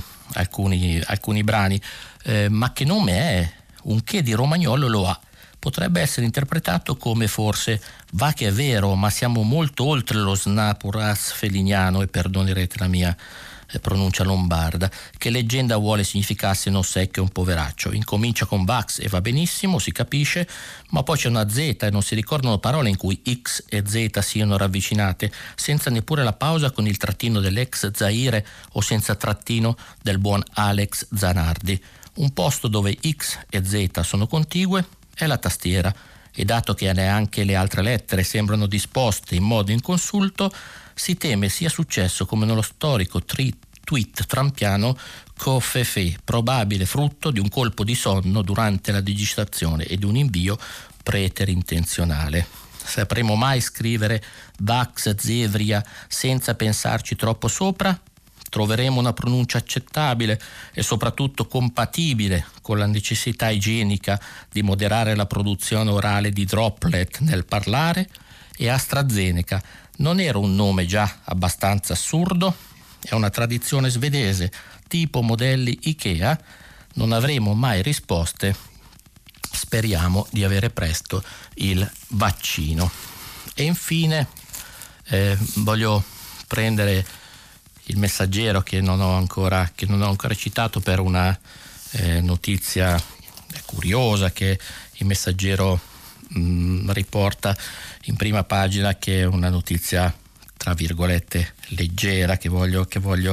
brani, ma che nome è? Un che di romagnolo lo ha. Potrebbe essere interpretato come forse va che è vero, ma siamo molto oltre lo snapuras feliniano, e perdonerete la mia pronuncia lombarda, che leggenda vuole significasse non secchio un poveraccio. Incomincia con Vax e va benissimo, si capisce, ma poi c'è una Z e non si ricordano parole in cui X e Z siano ravvicinate, senza neppure la pausa con il trattino dell'ex Zaire o senza trattino del buon Alex Zanardi. Un posto dove X e Z sono contigue è la tastiera, e dato che neanche le altre lettere sembrano disposte in modo inconsulto, si teme sia successo come nello storico tweet trampiano Covfefe, probabile frutto di un colpo di sonno durante la digitazione e di un invio preterintenzionale. Sapremo mai scrivere Vax Zevria senza pensarci troppo sopra? Troveremo una pronuncia accettabile e soprattutto compatibile con la necessità igienica di moderare la produzione orale di droplet nel parlare? E AstraZeneca non era un nome già abbastanza assurdo? È una tradizione svedese, tipo modelli Ikea? Non avremo mai risposte. Speriamo di avere presto il vaccino. E infine voglio prendere il Messaggero che non ho ancora citato per una notizia curiosa che il Messaggero riporta in prima pagina, che è una notizia tra virgolette leggera che voglio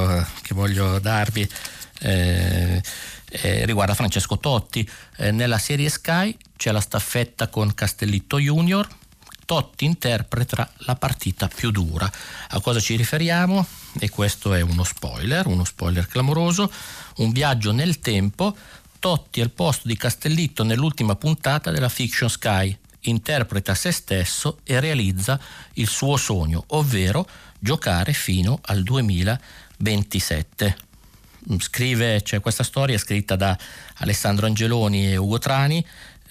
darvi. Riguarda Francesco Totti. Nella serie Sky c'è la staffetta con Castellitto Junior. Totti interpreta la partita più dura. A cosa ci riferiamo? E questo è uno spoiler clamoroso. Un viaggio nel tempo. Totti al posto di Castellitto nell'ultima puntata della fiction Sky. Interpreta se stesso e realizza il suo sogno, ovvero giocare fino al 2027. Questa storia è scritta da Alessandro Angeloni e Ugo Trani.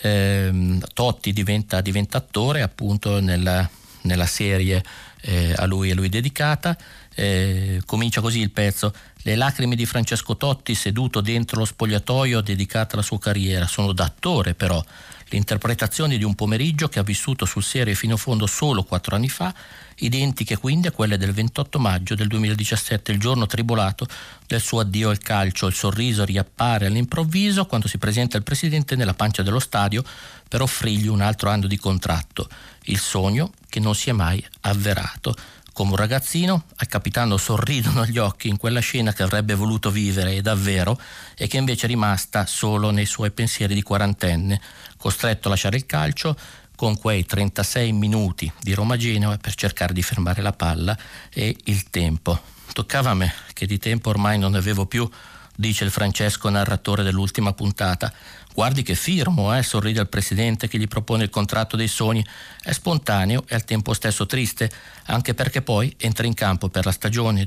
Totti diventa attore appunto nella serie a lui dedicata. Comincia così il pezzo: le lacrime di Francesco Totti seduto dentro lo spogliatoio dedicata alla sua carriera. Sono da attore però, l'interpretazione di un pomeriggio che ha vissuto sul serio fino a fondo solo 4 anni fa, identiche quindi a quelle del 28 maggio del 2017, il giorno tribolato del suo addio al calcio. Il sorriso riappare all'improvviso quando si presenta il presidente nella pancia dello stadio per offrirgli un altro anno di contratto, il sogno che non si è mai avverato. Come un ragazzino, al capitano sorridono gli occhi in quella scena che avrebbe voluto vivere e davvero, e che invece è rimasta solo nei suoi pensieri di quarantenne, costretto a lasciare il calcio con quei 36 minuti di Roma-Genoa per cercare di fermare la palla e il tempo. Toccava a me, che di tempo ormai non ne avevo più, dice il Francesco narratore dell'ultima puntata. Guardi che firmo, sorride al presidente che gli propone il contratto dei sogni. È spontaneo e al tempo stesso triste, anche perché poi entra in campo per la stagione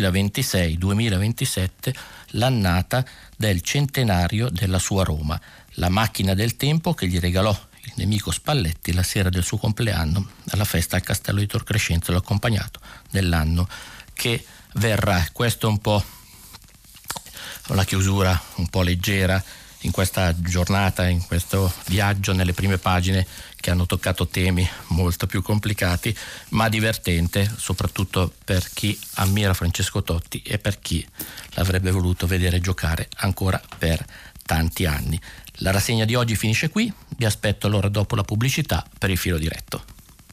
2026-2027, l'annata del centenario della sua Roma, la macchina del tempo che gli regalò il nemico Spalletti la sera del suo compleanno alla festa al Castello di Tor Crescenzo, l'ho accompagnato nell'anno che verrà. Questo è un po' una chiusura un po' leggera in questa giornata, in questo viaggio nelle prime pagine che hanno toccato temi molto più complicati, ma divertente, soprattutto per chi ammira Francesco Totti e per chi l'avrebbe voluto vedere giocare ancora per tanti anni. La rassegna di oggi finisce qui, vi aspetto allora dopo la pubblicità per il filo diretto.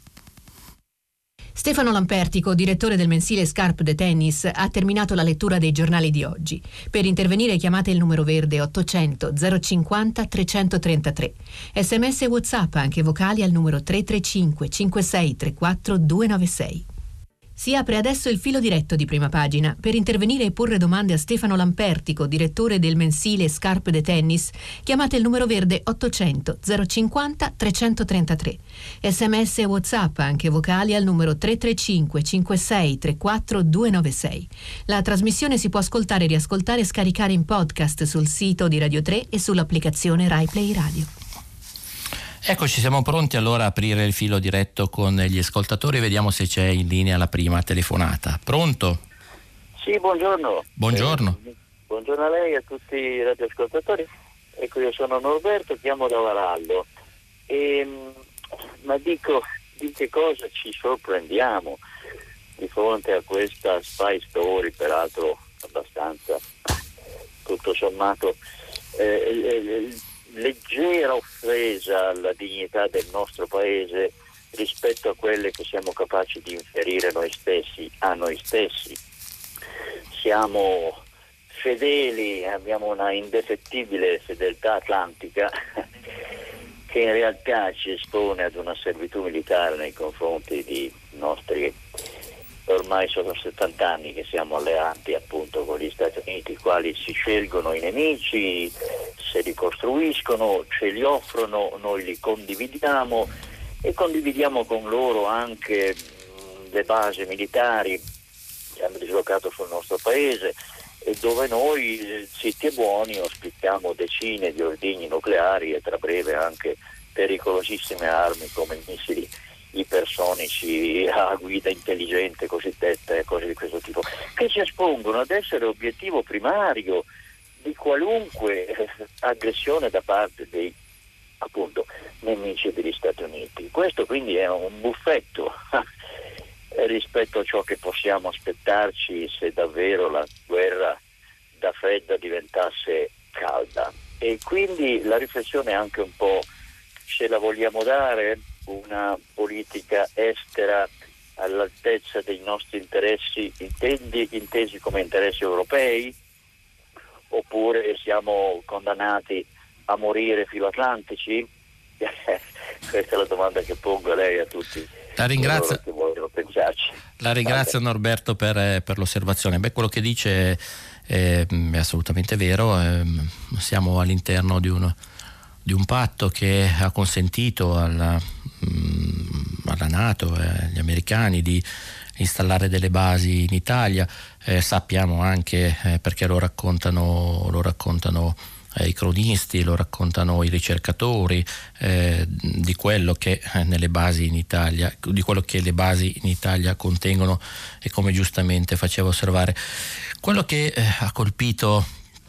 Stefano Lampertico, direttore del mensile Scarpe de Tennis, ha terminato la lettura dei giornali di oggi. Per intervenire chiamate il numero verde 800 050 333. SMS e WhatsApp anche vocali al numero 335 5634 296. Si apre adesso il filo diretto di Prima Pagina. Per intervenire e porre domande a Stefano Lampertico, direttore del mensile Scarpe de Tennis, chiamate il numero verde 800 050 333. SMS e WhatsApp anche vocali al numero 335 5634 296. La trasmissione si può ascoltare, riascoltare e scaricare in podcast sul sito di Radio 3 e sull'applicazione Rai Play Radio. Eccoci, siamo pronti allora a aprire il filo diretto con gli ascoltatori. Vediamo se c'è in linea la prima telefonata. Pronto? Sì, buongiorno. Buongiorno. Buongiorno a lei e a tutti i radioascoltatori. Ecco, io sono Norberto, chiamo da Varallo. Ma dico, di che cosa ci sorprendiamo di fronte a questa spy story, peraltro abbastanza, tutto sommato, leggera offesa alla dignità del nostro paese rispetto a quelle che siamo capaci di inferire noi stessi a noi stessi. Siamo fedeli, abbiamo una indefettibile fedeltà atlantica che in realtà ci espone ad una servitù militare nei confronti di nostri, ormai sono 70 anni che siamo alleati appunto con gli Stati Uniti, i quali si scelgono i nemici, se li costruiscono, ce li offrono, noi li condividiamo e condividiamo con loro anche le basi militari che hanno dislocato sul nostro paese e dove noi, zitti e buoni, ospitiamo decine di ordigni nucleari e tra breve anche pericolosissime armi come i missili ipersonici a guida intelligente cosiddetta e cose di questo tipo, che ci espongono ad essere obiettivo primario di qualunque aggressione da parte dei appunto nemici degli Stati Uniti. Questo quindi è un buffetto rispetto a ciò che possiamo aspettarci se davvero la guerra da fredda diventasse calda. E quindi la riflessione è anche un po': ce la vogliamo dare una politica estera all'altezza dei nostri interessi intesi come interessi europei, oppure siamo condannati a morire filoatlantici? Questa è la domanda che pongo a lei e a tutti. La ringrazio, che vogliono pensarci. La ringrazio Norberto per l'osservazione. Beh, quello che dice è assolutamente vero. Siamo all'interno di un patto che ha consentito alla NATO e agli americani di installare delle basi in Italia. Sappiamo anche, perché lo raccontano i cronisti, lo raccontano i ricercatori, di quello che nelle basi in Italia, di quello che le basi in Italia contengono, e come giustamente faceva osservare. Quello che ha colpito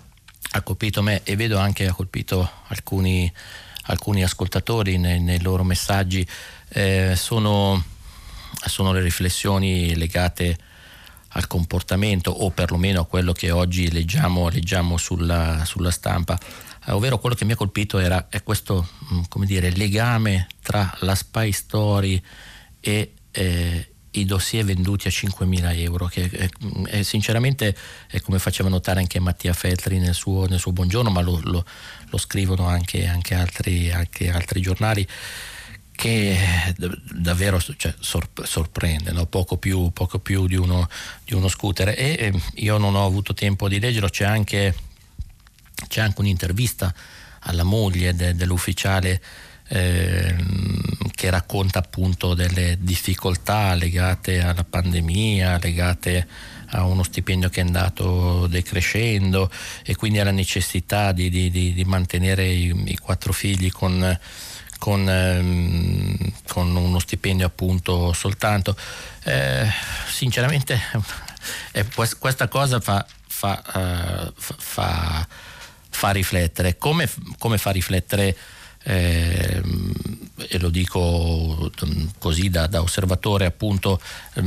me, e vedo anche ha colpito alcuni ascoltatori nei loro messaggi, sono le riflessioni legate al comportamento, o perlomeno a quello che oggi leggiamo sulla stampa, ovvero quello che mi ha colpito è questo, come dire, legame tra la spy story e i dossier venduti a 5.000 euro, che sinceramente è come faceva notare anche Mattia Feltri nel suo buongiorno, ma lo scrivono anche altri giornali, che davvero, cioè, sorprende, no? Poco più di uno scooter. E io non ho avuto tempo di leggerlo, c'è anche un'intervista alla moglie dell'ufficiale che racconta appunto delle difficoltà legate alla pandemia, legate a uno stipendio che è andato decrescendo, e quindi alla necessità di mantenere i 4 figli con uno stipendio appunto soltanto. Sinceramente questa cosa fa fa riflettere. Come fa riflettere, e lo dico così da osservatore appunto,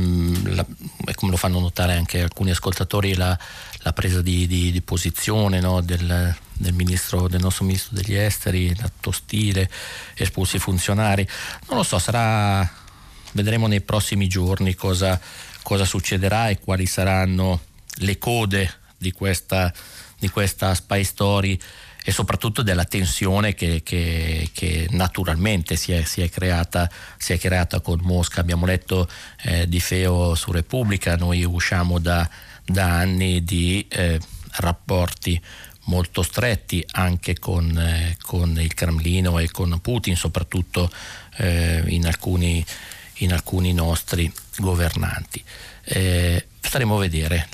e come lo fanno notare anche alcuni ascoltatori, la presa di posizione, no, del nostro ministro degli esteri, l'atto ostile, espulsi i funzionari. Non lo so, vedremo nei prossimi giorni cosa succederà e quali saranno le code di questa spy story, e soprattutto della tensione che naturalmente si è creata con Mosca. Abbiamo letto di Feo su Repubblica, noi usciamo da anni di rapporti molto stretti anche con il Cremlino e con Putin, soprattutto in alcuni nostri governanti. Staremo a vedere.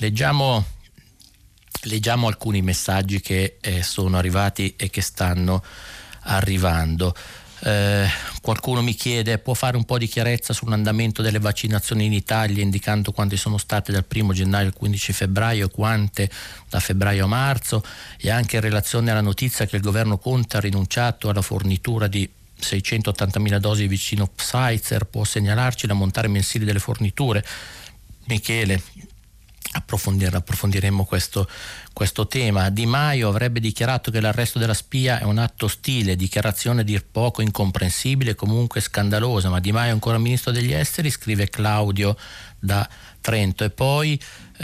Leggiamo alcuni messaggi che sono arrivati e che stanno arrivando. Qualcuno mi chiede: può fare un po' di chiarezza sull'andamento delle vaccinazioni in Italia, indicando quante sono state dal 1 gennaio al 15 febbraio e quante da febbraio a marzo, e anche in relazione alla notizia che il governo Conte ha rinunciato alla fornitura di 680.000 dosi di vaccino Pfizer? Può segnalarci l'ammontare mensile delle forniture? Michele, approfondiremo questo tema. Di Maio avrebbe dichiarato che l'arresto della spia è un atto ostile, dichiarazione a dir poco incomprensibile e comunque scandalosa, ma Di Maio è ancora ministro degli esteri, scrive Claudio da Trento. E poi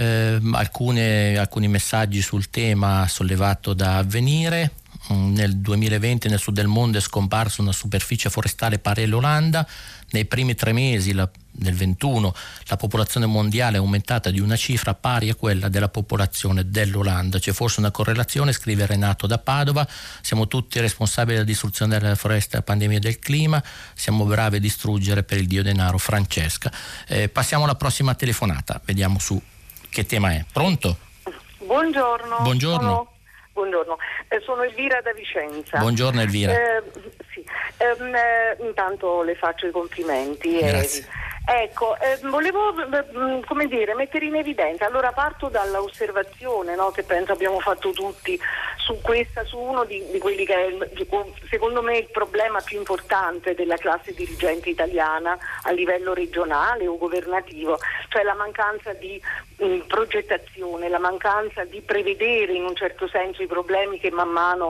alcuni messaggi sul tema sollevato da Avvenire. Nel 2020 nel sud del mondo è scomparsa una superficie forestale pari all'Olanda. Nei primi 3 mesi del 21 la popolazione mondiale è aumentata di una cifra pari a quella della popolazione dell'Olanda. C'è forse una correlazione, scrive Renato da Padova. Siamo tutti responsabili della distruzione delle foreste e della pandemia del clima. Siamo bravi a distruggere per il dio denaro. Francesca. Passiamo alla prossima telefonata, vediamo su che tema è. Pronto? Buongiorno. Buongiorno. Buongiorno, sono Elvira da Vicenza. Buongiorno Elvira. Sì. Intanto le faccio i complimenti. Grazie. Ecco, volevo mettere in evidenza, allora parto dall'osservazione, no, che penso abbiamo fatto tutti su uno di quelli che è secondo me il problema più importante della classe dirigente italiana a livello regionale o governativo, cioè la mancanza di progettazione, la mancanza di prevedere in un certo senso i problemi che man mano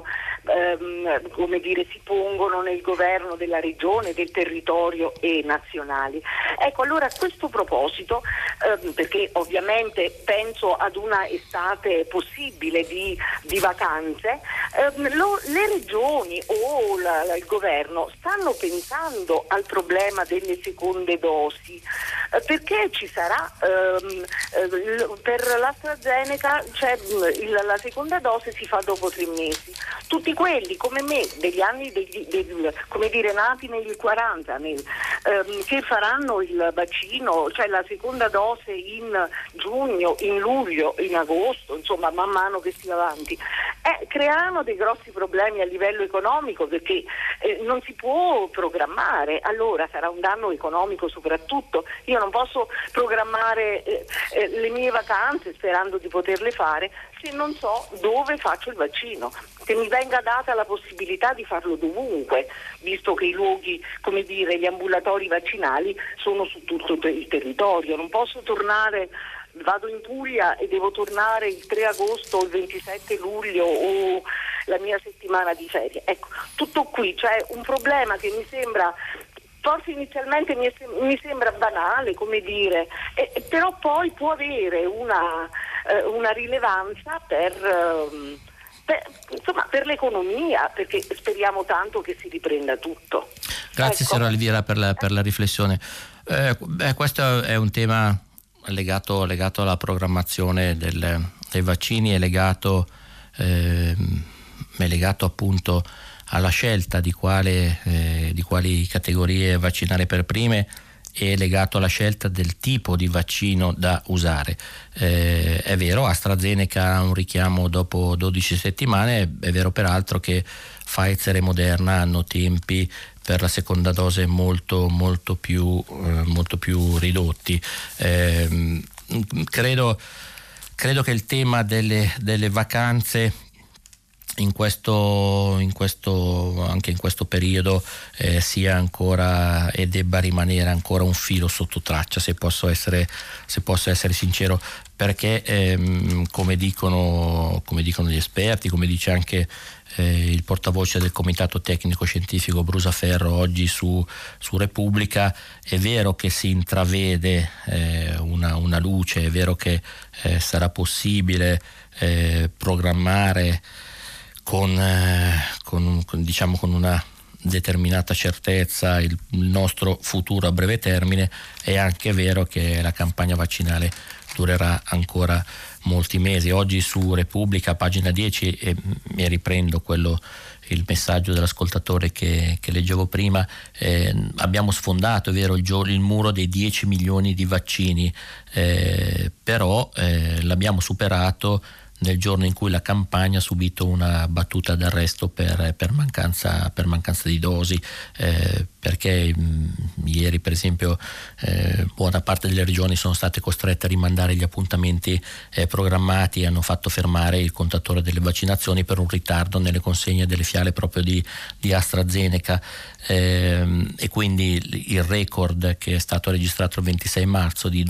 si pongono nel governo della regione, del territorio e nazionali. Ecco, allora a questo proposito, perché ovviamente penso ad una estate possibile di vacanze, le regioni o il governo stanno pensando al problema delle seconde dosi, perché ci sarà per l'AstraZeneca la seconda dose si fa dopo 3 mesi. Tutti quelli come me degli anni nati negli 40 che faranno il vaccino, cioè la seconda dose in giugno, in luglio, in agosto, insomma man mano che si va avanti, creeranno dei grossi problemi a livello economico, perché non si può programmare. Allora sarà un danno economico soprattutto. Io non posso programmare le mie vacanze sperando di poterle fare se non so dove faccio il vaccino, che mi venga data la possibilità di farlo dovunque, visto che i luoghi, gli ambulatori vaccinali sono su tutto il territorio. Non posso tornare, vado in Puglia e devo tornare il 3 agosto o il 27 luglio o la mia settimana di ferie. Ecco, tutto qui, cioè un problema che mi sembra, forse inizialmente mi sembra banale, però poi può avere una rilevanza per l'economia, perché speriamo tanto che si riprenda tutto. Grazie, ecco. Signora Elvira, per la riflessione. Questo è un tema legato alla programmazione dei vaccini, è legato appunto alla scelta di quali categorie vaccinare per prime, è legato alla scelta del tipo di vaccino da usare. È vero, AstraZeneca ha un richiamo dopo 12 settimane, è vero peraltro che Pfizer e Moderna hanno tempi per la seconda dose molto più ridotti. Credo che il tema delle vacanze anche in questo periodo sia ancora e debba rimanere ancora un filo sotto traccia, se posso essere sincero, perché come dicono gli esperti, come dice anche il portavoce del Comitato Tecnico Scientifico Brusaferro oggi su Repubblica, è vero che si intravede una luce, è vero che sarà possibile programmare con una determinata certezza il nostro futuro a breve termine. È anche vero che la campagna vaccinale durerà ancora molti mesi. Oggi su Repubblica, pagina 10, e riprendo il messaggio dell'ascoltatore che leggevo prima, abbiamo sfondato, è vero, il muro dei 10 milioni di vaccini, però l'abbiamo superato nel giorno in cui la campagna ha subito una battuta d'arresto per mancanza di dosi, perché ieri per esempio buona parte delle regioni sono state costrette a rimandare gli appuntamenti programmati e hanno fatto fermare il contatore delle vaccinazioni per un ritardo nelle consegne delle fiale proprio di AstraZeneca, e quindi il record che è stato registrato il 26 marzo di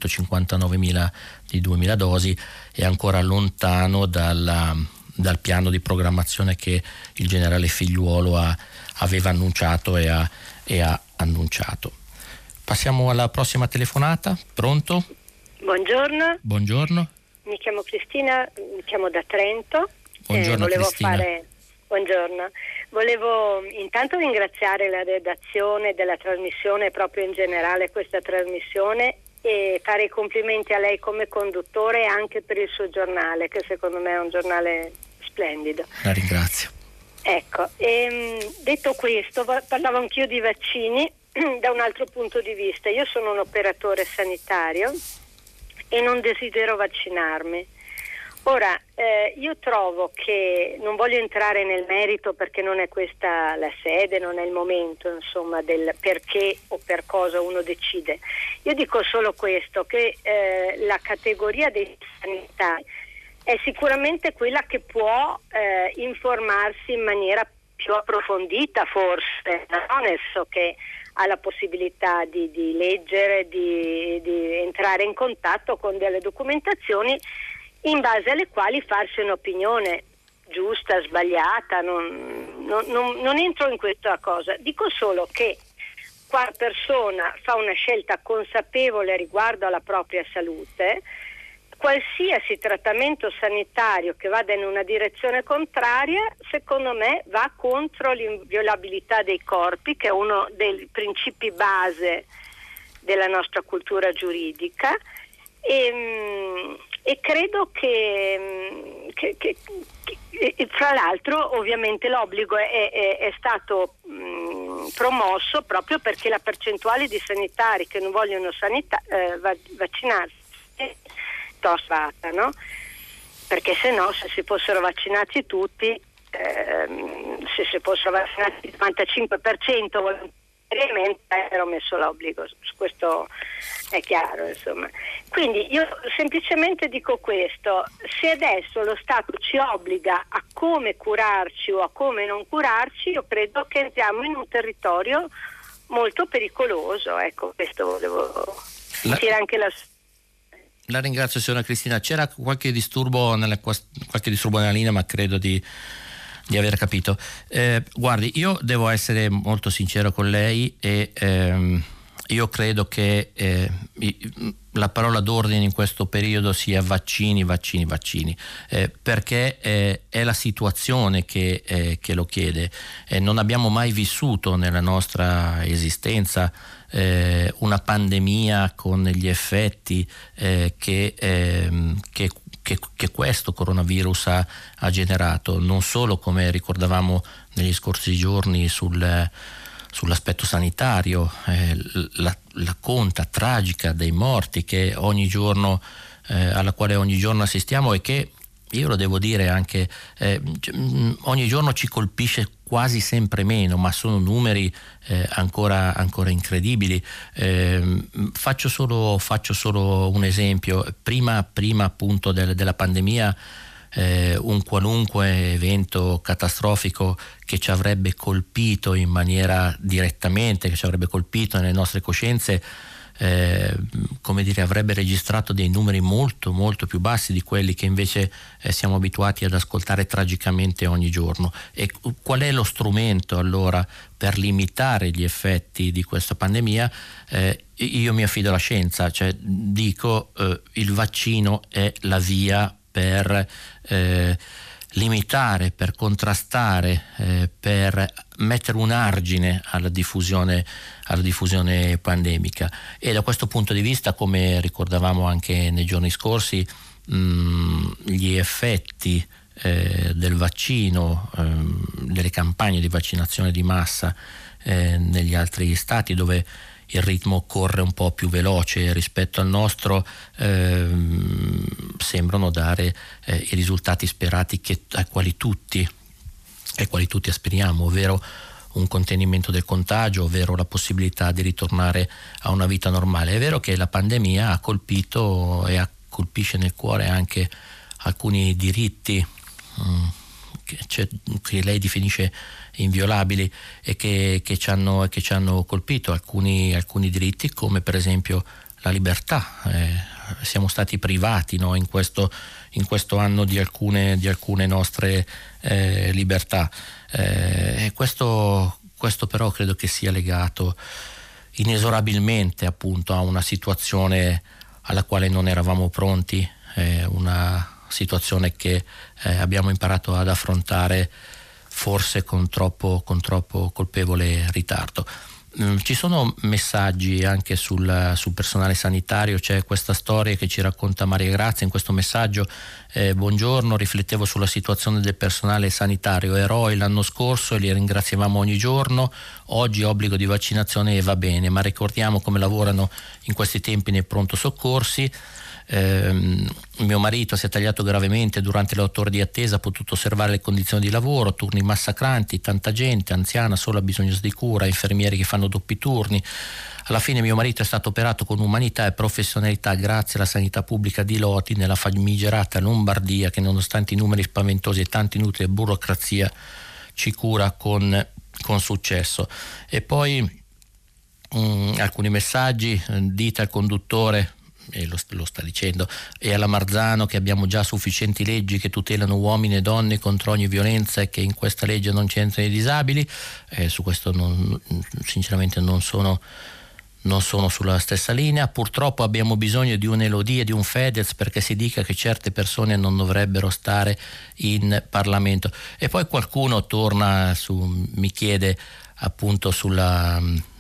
259.000 dosi è ancora lontano dal piano di programmazione che il generale Figliuolo aveva annunciato e ha annunciato. Passiamo alla prossima telefonata. Pronto? Buongiorno. Buongiorno. Mi chiamo Cristina, mi chiamo da Trento. Buongiorno Cristina. Buongiorno. Volevo intanto ringraziare la redazione della trasmissione, proprio in generale questa trasmissione, e fare i complimenti a lei come conduttore e anche per il suo giornale, che secondo me è un giornale splendido. La ringrazio. Ecco, detto questo, parlavo anch'io di vaccini da un altro punto di vista. Io sono un operatore sanitario e non desidero vaccinarmi. Ora, io trovo che, non voglio entrare nel merito perché non è questa la sede, non è il momento, insomma, del perché o per cosa uno decide. Io dico solo questo, che la categoria dei sanitari è sicuramente quella che può informarsi in maniera più approfondita, forse, no? Nel senso che ha la possibilità di leggere, di entrare in contatto con delle documentazioni in base alle quali farsi un'opinione giusta, sbagliata. Non entro in questa cosa, dico solo che quando una persona fa una scelta consapevole riguardo alla propria salute, qualsiasi trattamento sanitario che vada in una direzione contraria, secondo me va contro l'inviolabilità dei corpi, che è uno dei principi base della nostra cultura giuridica, e credo che fra l'altro ovviamente l'obbligo è stato promosso proprio perché la percentuale di sanitari che non vogliono vaccinarsi è tosta, no? Perché se no, se si fossero vaccinati tutti, se si fossero vaccinati il 95% volontariamente, avrebbero messo l'obbligo, questo è chiaro, insomma. Quindi io semplicemente dico questo: se adesso lo Stato ci obbliga a come curarci o a come non curarci, io credo che entriamo in un territorio molto pericoloso. Ecco, questo volevo dire anche La ringrazio, signora Cristina. C'era qualche disturbo nella linea, ma credo di aver capito. Guardi, io devo essere molto sincero con lei e io credo che la parola d'ordine in questo periodo sia vaccini, perché è la situazione che lo chiede. Non abbiamo mai vissuto nella nostra esistenza una pandemia con gli effetti che questo coronavirus ha generato, non solo, come ricordavamo negli scorsi giorni, sull'aspetto sanitario, la conta tragica dei morti che ogni giorno alla quale ogni giorno assistiamo, e che, io lo devo dire, anche ogni giorno ci colpisce quasi sempre meno, ma sono numeri ancora incredibili. Faccio solo un esempio. Prima appunto della pandemia un qualunque evento catastrofico che ci avrebbe colpito in maniera direttamente, che ci avrebbe colpito nelle nostre coscienze, avrebbe registrato dei numeri molto molto più bassi di quelli che invece siamo abituati ad ascoltare tragicamente ogni giorno. E qual è lo strumento allora per limitare gli effetti di questa pandemia? Io mi affido alla scienza, cioè dico il vaccino è la via per limitare, per contrastare, per mettere un argine alla diffusione pandemica. E da questo punto di vista, come ricordavamo anche nei giorni scorsi, gli effetti del vaccino, delle campagne di vaccinazione di massa negli altri stati dove il ritmo corre un po' più veloce rispetto al nostro, sembrano dare i risultati sperati ai quali tutti aspiriamo, ovvero un contenimento del contagio, ovvero la possibilità di ritornare a una vita normale. È vero che la pandemia ha colpito e colpisce nel cuore anche alcuni diritti che lei definisce inviolabili e che ci hanno colpito, alcuni diritti, come per esempio la libertà. Siamo stati privati, no, in questo anno di alcune nostre libertà. Questo però credo che sia legato inesorabilmente appunto a una situazione alla quale non eravamo pronti, una situazione che abbiamo imparato ad affrontare forse con troppo colpevole ritardo. Ci sono messaggi anche sul personale sanitario. C'è questa storia che ci racconta Maria Grazia in questo messaggio. Buongiorno, riflettevo sulla situazione del personale sanitario, eroi l'anno scorso e li ringraziavamo ogni giorno, oggi obbligo di vaccinazione e va bene, ma ricordiamo come lavorano in questi tempi nei pronto soccorsi. Mio marito si è tagliato gravemente durante le 8 ore di attesa, ha potuto osservare le condizioni di lavoro, turni massacranti, tanta gente anziana solo ha bisogno di cura, infermieri che fanno doppi turni. Alla fine mio marito è stato operato con umanità e professionalità grazie alla sanità pubblica di Lodi nella famigerata Lombardia, che nonostante i numeri spaventosi e tanta inutile burocrazia ci cura con successo. E poi alcuni messaggi. Dite al conduttore, e lo sta dicendo, e alla Marzano che abbiamo già sufficienti leggi che tutelano uomini e donne contro ogni violenza e che in questa legge non c'entrano i disabili. Su questo sinceramente non sono sulla stessa linea. Purtroppo abbiamo bisogno di un Elodie e di un Fedez perché si dica che certe persone non dovrebbero stare in Parlamento. E poi qualcuno torna mi chiede appunto sulla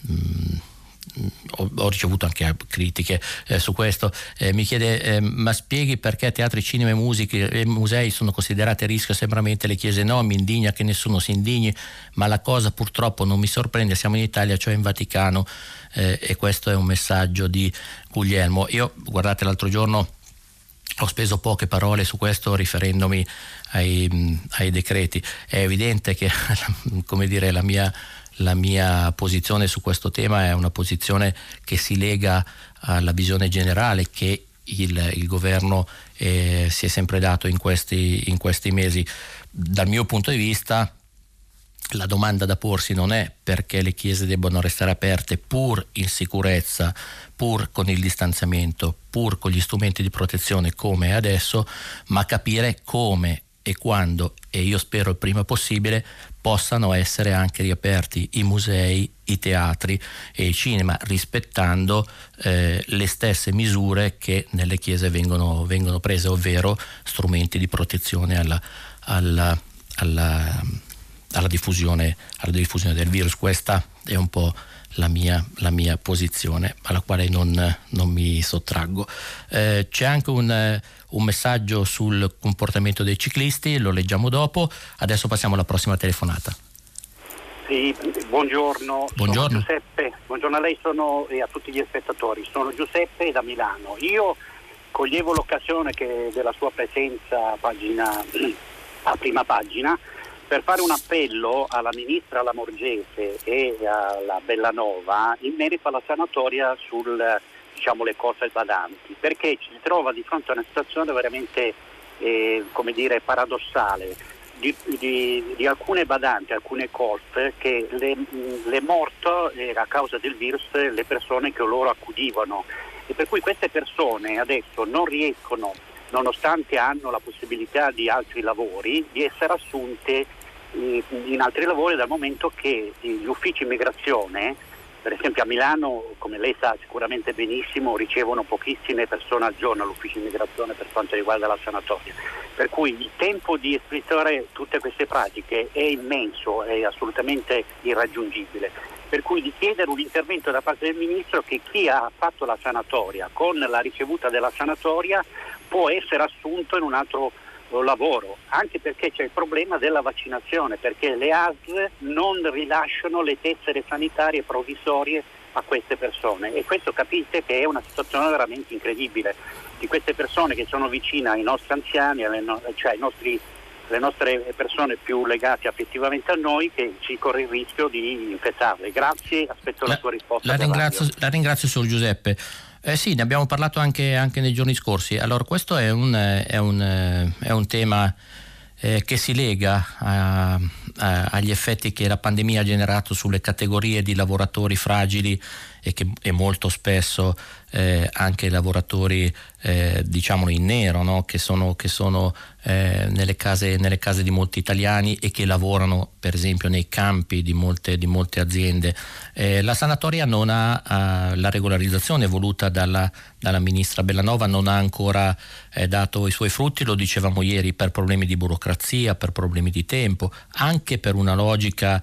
ho ricevuto anche critiche su questo, mi chiede ma spieghi perché teatri, cinema e musiche e musei sono considerati a rischio, sembramente le chiese no. Mi indigna che nessuno si indigni, ma la cosa purtroppo non mi sorprende, siamo in Italia, cioè in Vaticano, e questo è un messaggio di Guglielmo. Io, guardate, l'altro giorno ho speso poche parole su questo riferendomi ai decreti. È evidente che come dire, la mia posizione su questo tema è una posizione che si lega alla visione generale che il governo si è sempre dato in questi mesi. Dal mio punto di vista la domanda da porsi non è perché le chiese debbano restare aperte pur in sicurezza, pur con il distanziamento, pur con gli strumenti di protezione come è adesso, ma capire come e quando, e io spero il prima possibile, possano essere anche riaperti i musei, i teatri e i cinema, rispettando le stesse misure che nelle chiese vengono prese, ovvero strumenti di protezione alla diffusione del virus. Questa è un po' la mia posizione, alla quale non mi sottraggo. C'è anche un messaggio sul comportamento dei ciclisti, lo leggiamo dopo. Adesso passiamo alla prossima telefonata. Sì, buongiorno. Sono Giuseppe. Buongiorno a lei e a tutti gli spettatori. Sono Giuseppe da Milano. Io coglievo l'occasione della sua presenza a prima pagina per fare un appello alla ministra Lamorgese e alla Bellanova in merito alla sanatoria le cose badanti, perché ci si trova di fronte a una situazione veramente come dire, paradossale di alcune badanti, alcune colf, che le morto a causa del virus le persone che loro accudivano, e per cui queste persone adesso non riescono, nonostante hanno la possibilità di altri lavori, di essere assunte in altri lavori, dal momento che gli uffici immigrazione, per esempio a Milano, come lei sa sicuramente benissimo, ricevono pochissime persone al giorno all'ufficio immigrazione per quanto riguarda la sanatoria, per cui il tempo di espletare tutte queste pratiche è immenso, è assolutamente irraggiungibile, per cui di chiedere un intervento da parte del Ministro che chi ha fatto la sanatoria con la ricevuta della sanatoria può essere assunto in un altro lavoro, anche perché c'è il problema della vaccinazione, perché le ASL non rilasciano le tessere sanitarie provvisorie a queste persone, e questo capite che è una situazione veramente incredibile, di queste persone che sono vicine ai nostri anziani, cioè le nostre persone più legate affettivamente a noi, che ci corre il rischio di infettarle. Grazie, aspetto la sua risposta. La ringrazio, signor Giuseppe. Sì, ne abbiamo parlato anche nei giorni scorsi. Allora, questo è un tema che si lega agli effetti che la pandemia ha generato sulle categorie di lavoratori fragili e molto spesso anche lavoratori diciamolo in nero, no? che sono nelle case di molti italiani e che lavorano per esempio nei campi di molte aziende. La sanatoria non ha la regolarizzazione voluta dalla ministra Bellanova non ha ancora dato i suoi frutti, lo dicevamo ieri, per problemi di burocrazia, per problemi di tempo, anche per una logica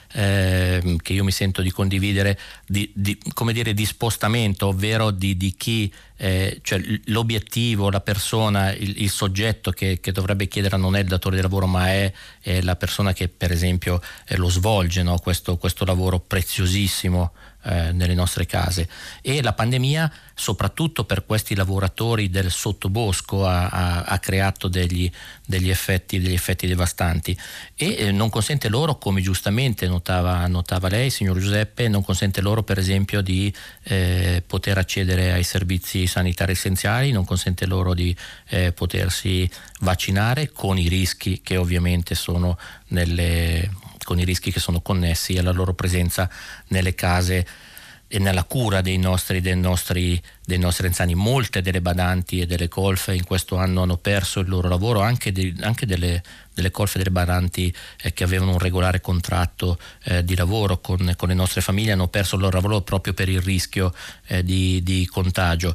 che io mi sento di condividere di spostamento, ovvero di chi cioè l'obiettivo, la persona, il soggetto che dovrebbe chiedere non è il datore di lavoro, ma è la persona che per esempio lo svolge, no? questo lavoro preziosissimo nelle nostre case. E la pandemia, soprattutto per questi lavoratori del sottobosco, ha creato degli effetti devastanti e non consente loro, come giustamente notava lei, signor Giuseppe, non consente loro per esempio di poter accedere ai servizi sanitari essenziali, non consente loro di potersi vaccinare, con i rischi che ovviamente sono con i rischi che sono connessi alla loro presenza nelle case e nella cura dei nostri anziani. Molte delle badanti e delle colf in questo anno hanno perso il loro lavoro, anche delle colf e delle badanti che avevano un regolare contratto di lavoro con le nostre famiglie hanno perso il loro lavoro proprio per il rischio di contagio.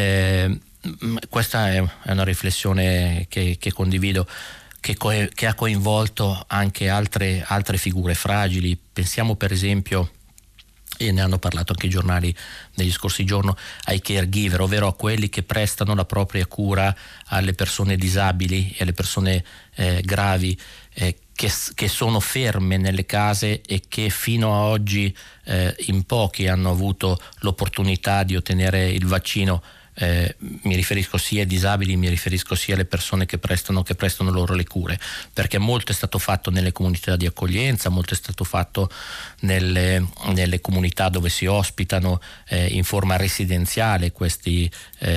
Questa è una riflessione che condivido, che ha coinvolto anche altre figure fragili. Pensiamo per esempio, e ne hanno parlato anche i giornali negli scorsi giorni, ai caregiver, ovvero a quelli che prestano la propria cura alle persone disabili e alle persone gravi che sono ferme nelle case e che fino a oggi in pochi hanno avuto l'opportunità di ottenere il vaccino. Mi riferisco sia ai disabili, mi riferisco sia alle persone che prestano loro le cure, perché molto è stato fatto nelle comunità di accoglienza, molto è stato fatto nelle comunità dove si ospitano in forma residenziale queste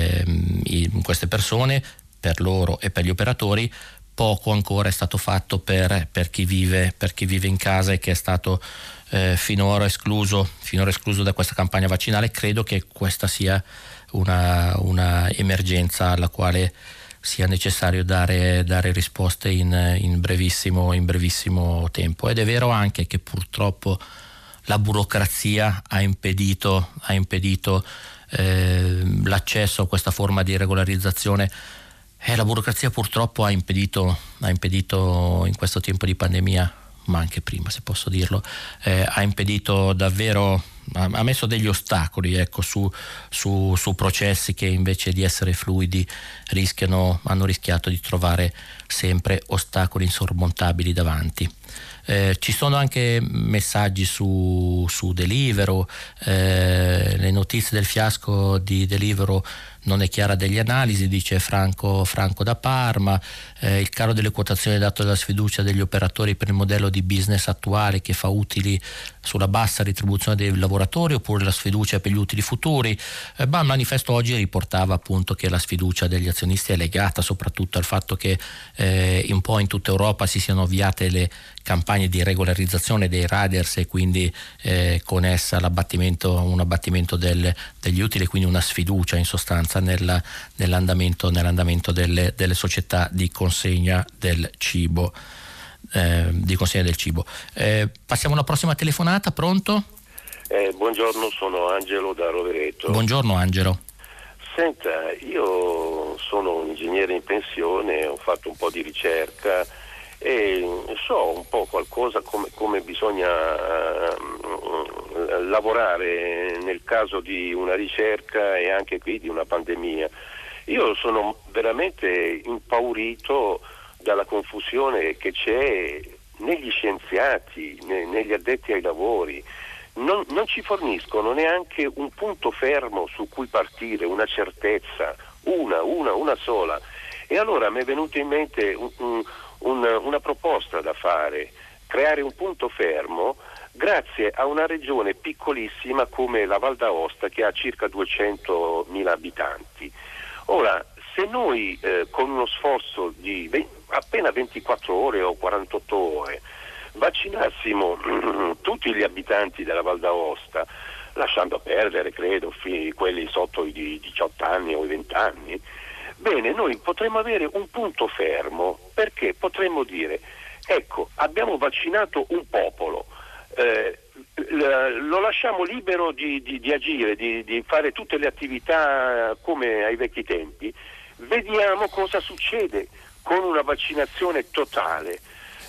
persone, per loro e per gli operatori. Poco ancora è stato fatto per chi vive in casa e che è stato finora escluso da questa campagna vaccinale. Credo che questa sia una emergenza alla quale sia necessario dare risposte in brevissimo tempo. Ed è vero anche che purtroppo la burocrazia ha impedito l'accesso a questa forma di regolarizzazione. La burocrazia purtroppo ha impedito in questo tempo di pandemia, ma anche prima, se posso dirlo, ha impedito davvero, ha messo degli ostacoli, ecco, su processi che invece di essere fluidi hanno rischiato di trovare sempre ostacoli insormontabili davanti. Ci sono anche messaggi su Deliveroo, le notizie del fiasco di Deliveroo non è chiara degli analisi, dice Franco da Parma. Il calo delle quotazioni dato dalla sfiducia degli operatori per il modello di business attuale che fa utili sulla bassa retribuzione dei lavoratori, oppure la sfiducia per gli utili futuri. Il manifesto oggi riportava appunto che la sfiducia degli azionisti è legata soprattutto al fatto che un po' in tutta Europa si siano avviate le campagne di regolarizzazione dei riders e quindi con essa un abbattimento degli utili, quindi una sfiducia in sostanza nell'andamento delle società di consegna del cibo. Passiamo alla prossima telefonata. Pronto? Buongiorno, sono Angelo da Rovereto. Buongiorno Angelo. Senta, io sono un ingegnere in pensione, ho fatto un po' di ricerca e so un po' qualcosa come bisogna lavorare nel caso di una ricerca e anche qui di una pandemia. Io sono veramente impaurito dalla confusione che c'è negli scienziati, negli addetti ai lavori. Non ci forniscono neanche un punto fermo su cui partire, una certezza, una sola. E allora mi è venuta in mente una proposta da fare, creare un punto fermo grazie a una regione piccolissima come la Val d'Aosta, che ha circa 200.000 abitanti. Ora, se noi con uno sforzo di appena 24 ore o 48 ore vaccinassimo tutti gli abitanti della Val d'Aosta, lasciando perdere, credo, quelli sotto i 18 anni o i 20 anni, bene, noi potremmo avere un punto fermo, perché potremmo dire, ecco, abbiamo vaccinato un popolo, lo lasciamo libero di agire, di fare tutte le attività come ai vecchi tempi, vediamo cosa succede con una vaccinazione totale.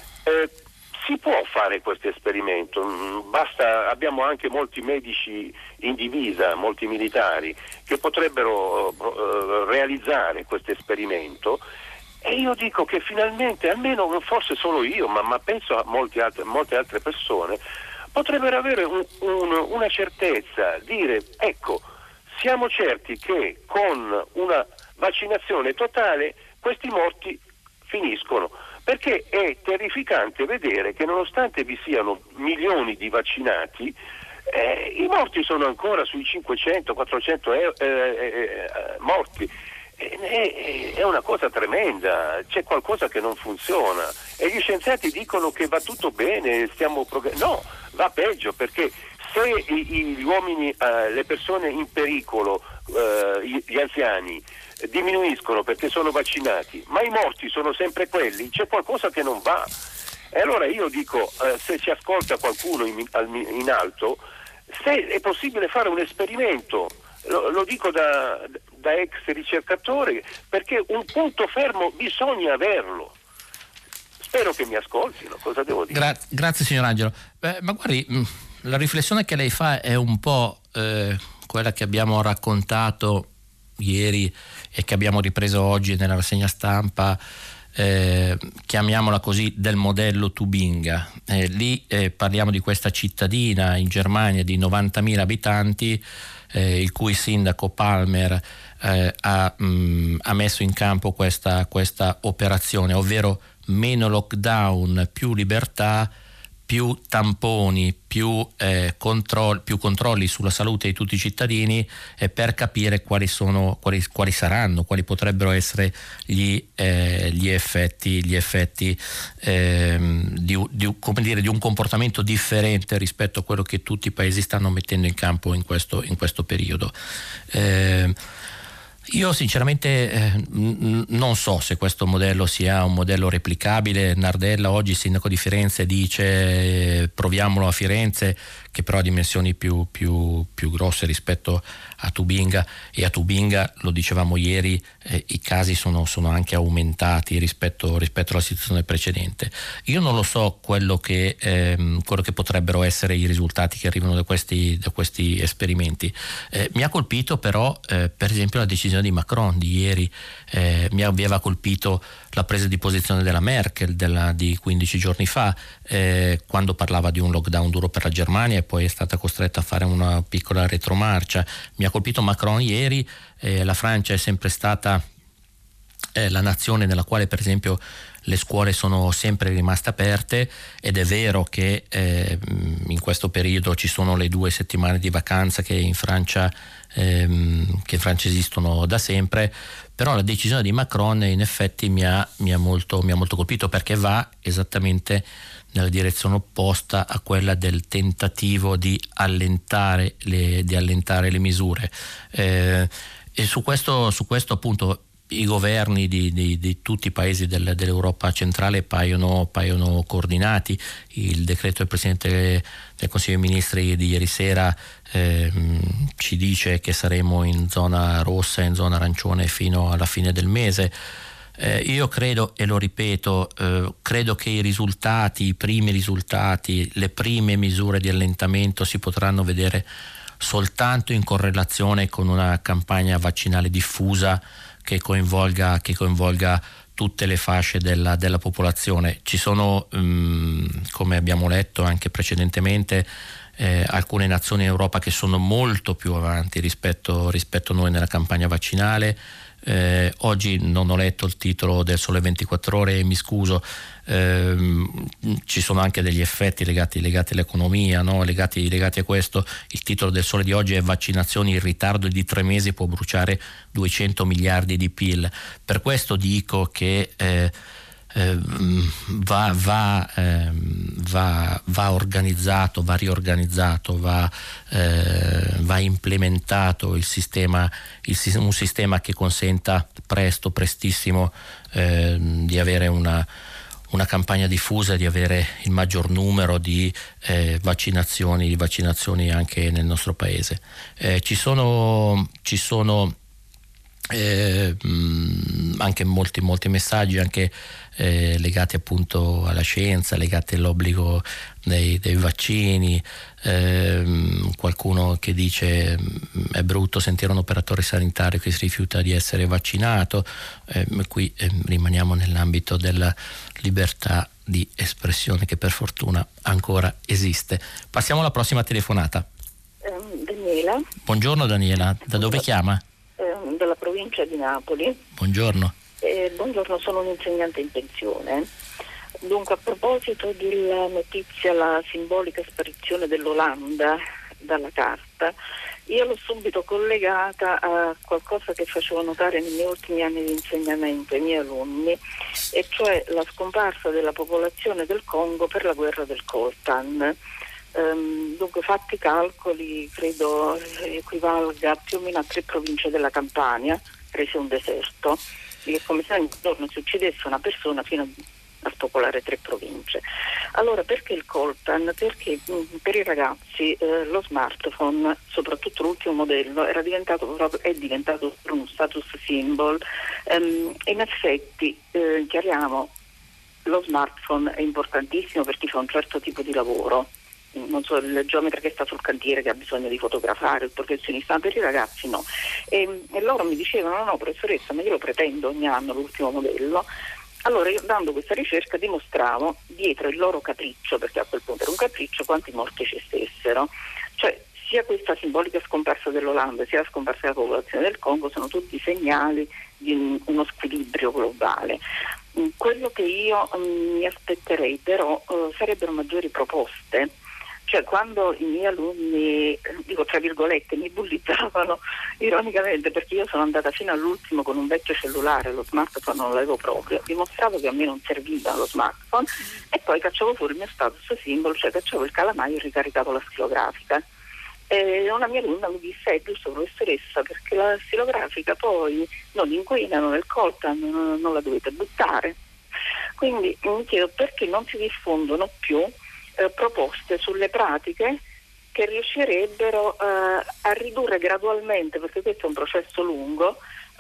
Si può fare questo esperimento, basta, abbiamo anche molti medici in divisa, molti militari che potrebbero realizzare questo esperimento, e io dico che finalmente, almeno forse solo io, ma penso a molte altre persone, potrebbero avere una certezza, dire, ecco, siamo certi che con una vaccinazione totale questi morti finiscono. Perché è terrificante vedere che nonostante vi siano milioni di vaccinati, i morti sono ancora sui 500-400 morti. È una cosa tremenda, c'è qualcosa che non funziona e gli scienziati dicono che va tutto bene, no, va peggio, perché se gli uomini, le persone in pericolo, gli anziani, diminuiscono perché sono vaccinati, ma i morti sono sempre quelli, c'è qualcosa che non va. E allora io dico, se ci ascolta qualcuno in alto, se è possibile fare un esperimento, lo dico da ex ricercatore, perché un punto fermo bisogna averlo. Spero che mi ascoltino, cosa devo dire? Grazie signor Angelo. Ma guardi, la riflessione che lei fa è un po' quella che abbiamo raccontato ieri e che abbiamo ripreso oggi nella rassegna stampa, chiamiamola così, del modello Tubinga. Lì parliamo di questa cittadina in Germania di 90.000 abitanti, il cui sindaco Palmer ha messo in campo questa operazione, ovvero meno lockdown, più libertà, più tamponi, più controlli sulla salute di tutti i cittadini, per capire quali potrebbero essere gli effetti di un comportamento differente rispetto a quello che tutti i paesi stanno mettendo in campo in questo periodo. Io sinceramente non so se questo modello sia un modello replicabile. Nardella oggi, sindaco di Firenze, dice proviamolo a Firenze, che però ha dimensioni più grosse rispetto a Tubinga, e a Tubinga, lo dicevamo ieri, i casi sono anche aumentati rispetto alla situazione precedente. Io non lo so quello che potrebbero essere i risultati che arrivano da questi esperimenti. Mi ha colpito però per esempio la decisione decisione di Macron di ieri mi aveva colpito la presa di posizione della Merkel di 15 giorni fa, quando parlava di un lockdown duro per la Germania e poi è stata costretta a fare una piccola retromarcia. Mi ha colpito Macron ieri. La Francia è sempre stata la nazione nella quale per esempio le scuole sono sempre rimaste aperte, ed è vero che in questo periodo ci sono le 2 settimane di vacanza che in Francia esistono da sempre, però la decisione di Macron in effetti mi ha molto colpito, perché va esattamente nella direzione opposta a quella del tentativo di allentare le misure, e su questo appunto i governi di tutti i paesi dell'Europa centrale paiono coordinati. Il decreto del Presidente del Consiglio dei Ministri di ieri sera ci dice che saremo in zona rossa e in zona arancione fino alla fine del mese. Io credo, e lo ripeto, credo che i primi risultati, le prime misure di allentamento si potranno vedere soltanto in correlazione con una campagna vaccinale diffusa che coinvolga tutte le fasce della popolazione. Ci sono, come abbiamo letto anche precedentemente, alcune nazioni in Europa che sono molto più avanti rispetto a noi nella campagna vaccinale. Oggi non ho letto il titolo del Sole 24 Ore, mi scuso. Ci sono anche degli effetti legati all'economia, no? legati a questo. Il titolo del Sole di oggi è: vaccinazioni in ritardo di 3 mesi può bruciare 200 miliardi di PIL. Per questo dico che va organizzato, va riorganizzato, va implementato un sistema che consenta prestissimo di avere una campagna diffusa, di avere il maggior numero di vaccinazioni anche nel nostro paese. Ci sono anche molti messaggi anche legati appunto alla scienza, legati all'obbligo dei vaccini, qualcuno che dice è brutto sentire un operatore sanitario che si rifiuta di essere vaccinato. Qui rimaniamo nell'ambito della libertà di espressione, che per fortuna ancora esiste. Passiamo alla prossima telefonata. Daniela. Buongiorno Daniela, da dove chiama? Dalla provincia di Napoli. Buongiorno. Buongiorno, sono un insegnante in pensione. Dunque, a proposito della notizia, la simbolica sparizione dell'Olanda dalla carta, io l'ho subito collegata a qualcosa che facevo notare nei miei ultimi anni di insegnamento ai miei alunni, e cioè la scomparsa della popolazione del Congo per la guerra del Coltan. Dunque, fatti i calcoli, credo equivalga più o meno a 3 province della Campania rese un deserto, e che come se ogni giorno si uccidesse una persona fino a spopolare 3 province. Allora, perché il Coltan? Perché per i ragazzi lo smartphone, soprattutto l'ultimo modello, è diventato uno status symbol. In effetti, chiariamo, lo smartphone è importantissimo per chi fa un certo tipo di lavoro. Non so, il geometra che sta sul cantiere che ha bisogno di fotografare, il professionista, ma per i ragazzi no. E loro mi dicevano: no professoressa, ma io lo pretendo ogni anno l'ultimo modello. Allora io, dando questa ricerca, dimostravo dietro il loro capriccio, perché a quel punto era un capriccio, quanti morti ci stessero. Cioè, sia questa simbolica scomparsa dell'Olanda sia la scomparsa della popolazione del Congo sono tutti segnali di uno squilibrio globale. Quello che io mi aspetterei però sarebbero maggiori proposte. Cioè, quando i miei alunni, dico tra virgolette, mi bullizzavano ironicamente, perché io sono andata fino all'ultimo con un vecchio cellulare, lo smartphone non l'avevo proprio, dimostravo che a me non serviva lo smartphone, e poi cacciavo fuori il mio status symbol, cioè cacciavo il calamaio e ricaricato la stilografica. E una mia alunna mi disse: è giusto professoressa, perché la stilografica poi non inquina, nel coltan, non la dovete buttare. Quindi mi chiedo perché non si diffondono più proposte sulle pratiche che riuscirebbero a ridurre gradualmente, perché questo è un processo lungo,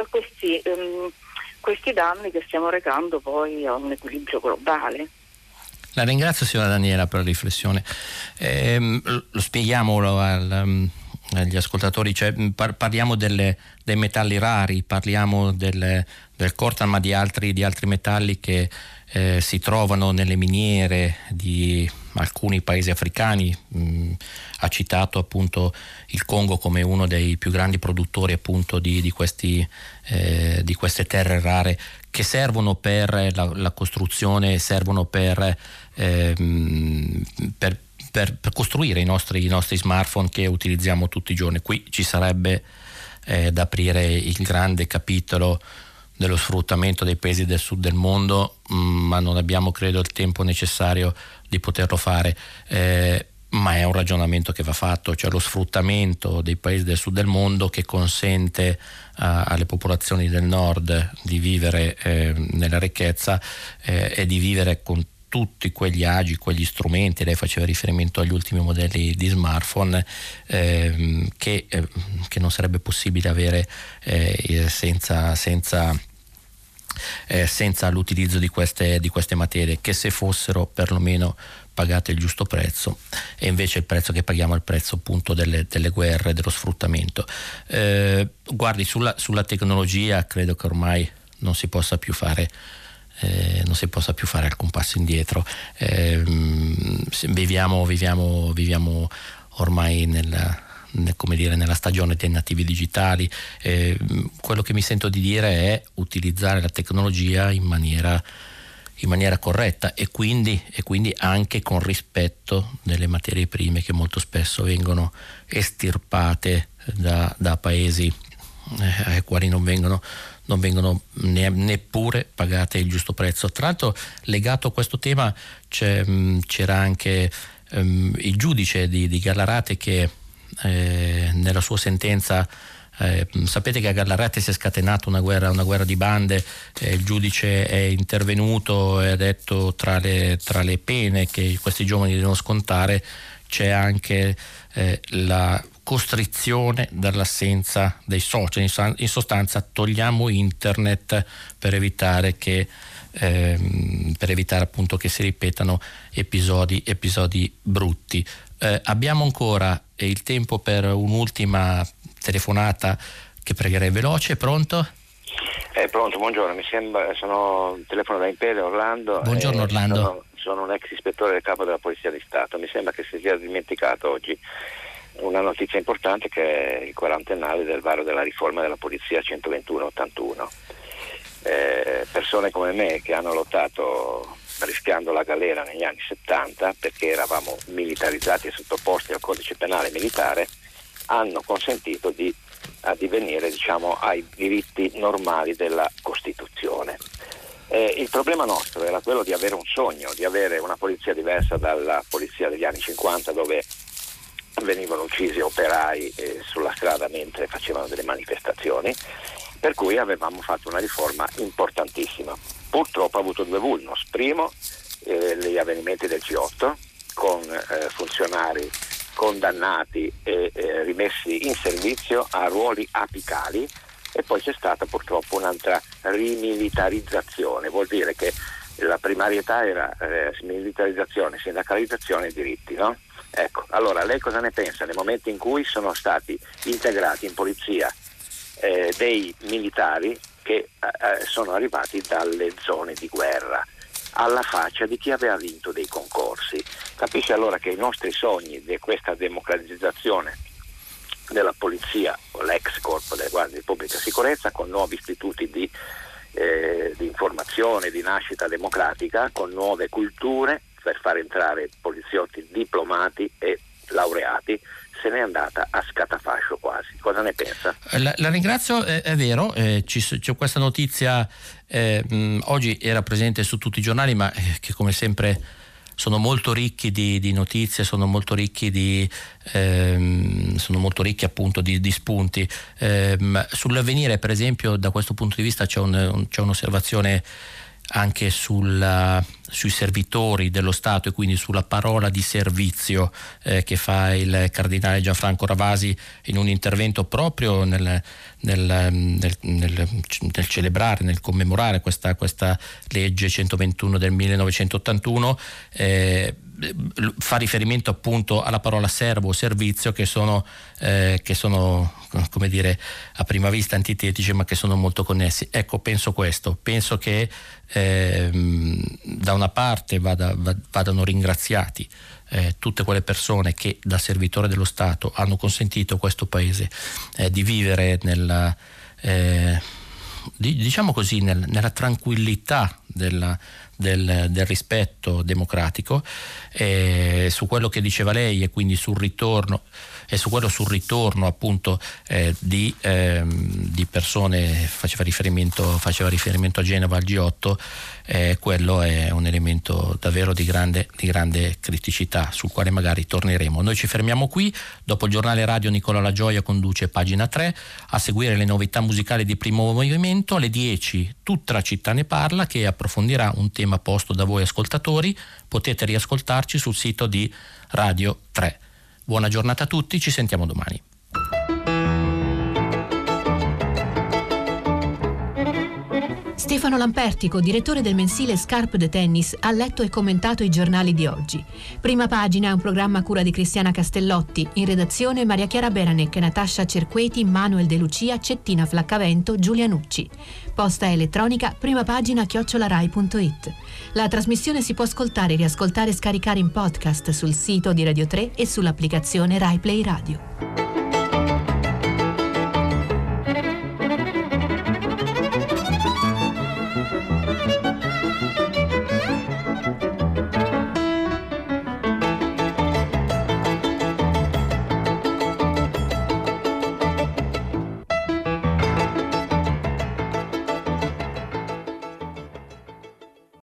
questi danni che stiamo recando poi a un equilibrio globale. La ringrazio signora Daniela per la riflessione. Lo spieghiamolo agli ascoltatori, cioè, parliamo dei metalli rari, parliamo del coltan, ma di altri metalli che si trovano nelle miniere di alcuni paesi africani. Ha citato appunto il Congo come uno dei più grandi produttori appunto di queste terre rare, che servono per la costruzione, servono per costruire i nostri smartphone che utilizziamo tutti i giorni. Qui ci sarebbe da aprire il grande capitolo dello sfruttamento dei paesi del sud del mondo, ma non abbiamo, credo, il tempo necessario di poterlo fare, ma è un ragionamento che va fatto, cioè lo sfruttamento dei paesi del sud del mondo che consente alle popolazioni del nord di vivere nella ricchezza e di vivere con tutti quegli agi, quegli strumenti. Lei faceva riferimento agli ultimi modelli di smartphone che non sarebbe possibile avere senza l'utilizzo di queste materie, che se fossero perlomeno pagate il giusto prezzo, e invece il prezzo che paghiamo è il prezzo appunto delle guerre, dello sfruttamento. Guardi, sulla tecnologia credo che ormai non si possa più fare alcun passo indietro. Viviamo ormai nella stagione dei nativi digitali. Quello che mi sento di dire è utilizzare la tecnologia in maniera corretta e quindi anche con rispetto delle materie prime che molto spesso vengono estirpate da paesi ai quali non vengono neppure pagate il giusto prezzo. Tra l'altro, legato a questo tema c'era anche il giudice di Gallarate che nella sua sentenza, sapete che a Gallarate si è scatenata una guerra di bande. Il giudice è intervenuto e ha detto tra le pene che questi giovani devono scontare c'è anche la costrizione dall'assenza dei social. In sostanza, togliamo internet per evitare appunto che si ripetano episodi brutti. Abbiamo ancora il tempo per un'ultima telefonata che pregherei veloce. Pronto? Pronto, buongiorno, telefono da Imperia, Orlando. Buongiorno Orlando. Sono un ex ispettore del capo della Polizia di Stato. Mi sembra che si sia dimenticato oggi una notizia importante, che è il 40ennale del varo della riforma della Polizia 121-81. Persone come me che hanno lottato rischiando la galera negli anni 70 perché eravamo militarizzati e sottoposti al codice penale militare, hanno consentito di addivenire, ai diritti normali della Costituzione. Il problema nostro era quello di avere un sogno, di avere una polizia diversa dalla polizia degli anni 50, dove venivano uccisi operai sulla strada mentre facevano delle manifestazioni, per cui avevamo fatto una riforma importantissima. Purtroppo ha avuto due vulnus. Primo, gli avvenimenti del G8 con funzionari condannati e rimessi in servizio a ruoli apicali, e poi c'è stata purtroppo un'altra rimilitarizzazione. Vuol dire che la primarietà era militarizzazione, sindacalizzazione e diritti, no? Ecco, allora lei cosa ne pensa nel momento in cui sono stati integrati in polizia dei militari che sono arrivati dalle zone di guerra, alla faccia di chi aveva vinto dei concorsi? Capisce allora che i nostri sogni di questa democratizzazione della polizia, o l'ex corpo delle guardie di pubblica sicurezza, con nuovi istituti di informazione, di nascita democratica, con nuove culture per far entrare poliziotti diplomati e laureati, se n'è andata a scatafascio quasi. Cosa ne pensa? La ringrazio, è vero, c'è questa notizia, oggi era presente su tutti i giornali, ma che come sempre sono molto ricchi di notizie, sono molto ricchi appunto di spunti. Sull'Avvenire, per esempio, da questo punto di vista c'è un'osservazione anche sulla sui servitori dello Stato e quindi sulla parola di servizio che fa il cardinale Gianfranco Ravasi in un intervento proprio nel celebrare, nel commemorare questa legge 121 del 1981. Fa riferimento appunto alla parola servo o servizio, che sono come dire a prima vista antitetici, ma che sono molto connessi. Ecco, penso che da una parte vadano ringraziati tutte quelle persone che da servitore dello Stato hanno consentito a questo paese di vivere nella diciamo così nella tranquillità del rispetto democratico, su quello che diceva lei, e quindi sul ritorno appunto di persone, faceva riferimento a Genova, al G8. Quello è un elemento davvero di grande criticità, sul quale magari torneremo. Noi ci fermiamo qui. Dopo il giornale radio Nicola La Gioia conduce Pagina 3, a seguire le novità musicali di Primo Movimento. Alle 10 Tutta la città ne parla, che approfondirà un tema posto da voi ascoltatori. Potete riascoltarci sul sito di Radio 3. Buona giornata a tutti, ci sentiamo domani. Stefano Lampertico, direttore del mensile Scarpe de Tennis, ha letto e commentato i giornali di oggi. Prima Pagina è un programma a cura di Cristiana Castellotti, in redazione Maria Chiara Beranec, Natascia Cerqueti, Manuel De Lucia, Cettina Flaccavento, Giulia Nucci. Posta elettronica primapagina@rai.it. La trasmissione si può ascoltare, riascoltare e scaricare in podcast sul sito di Radio 3 e sull'applicazione Rai Play Radio.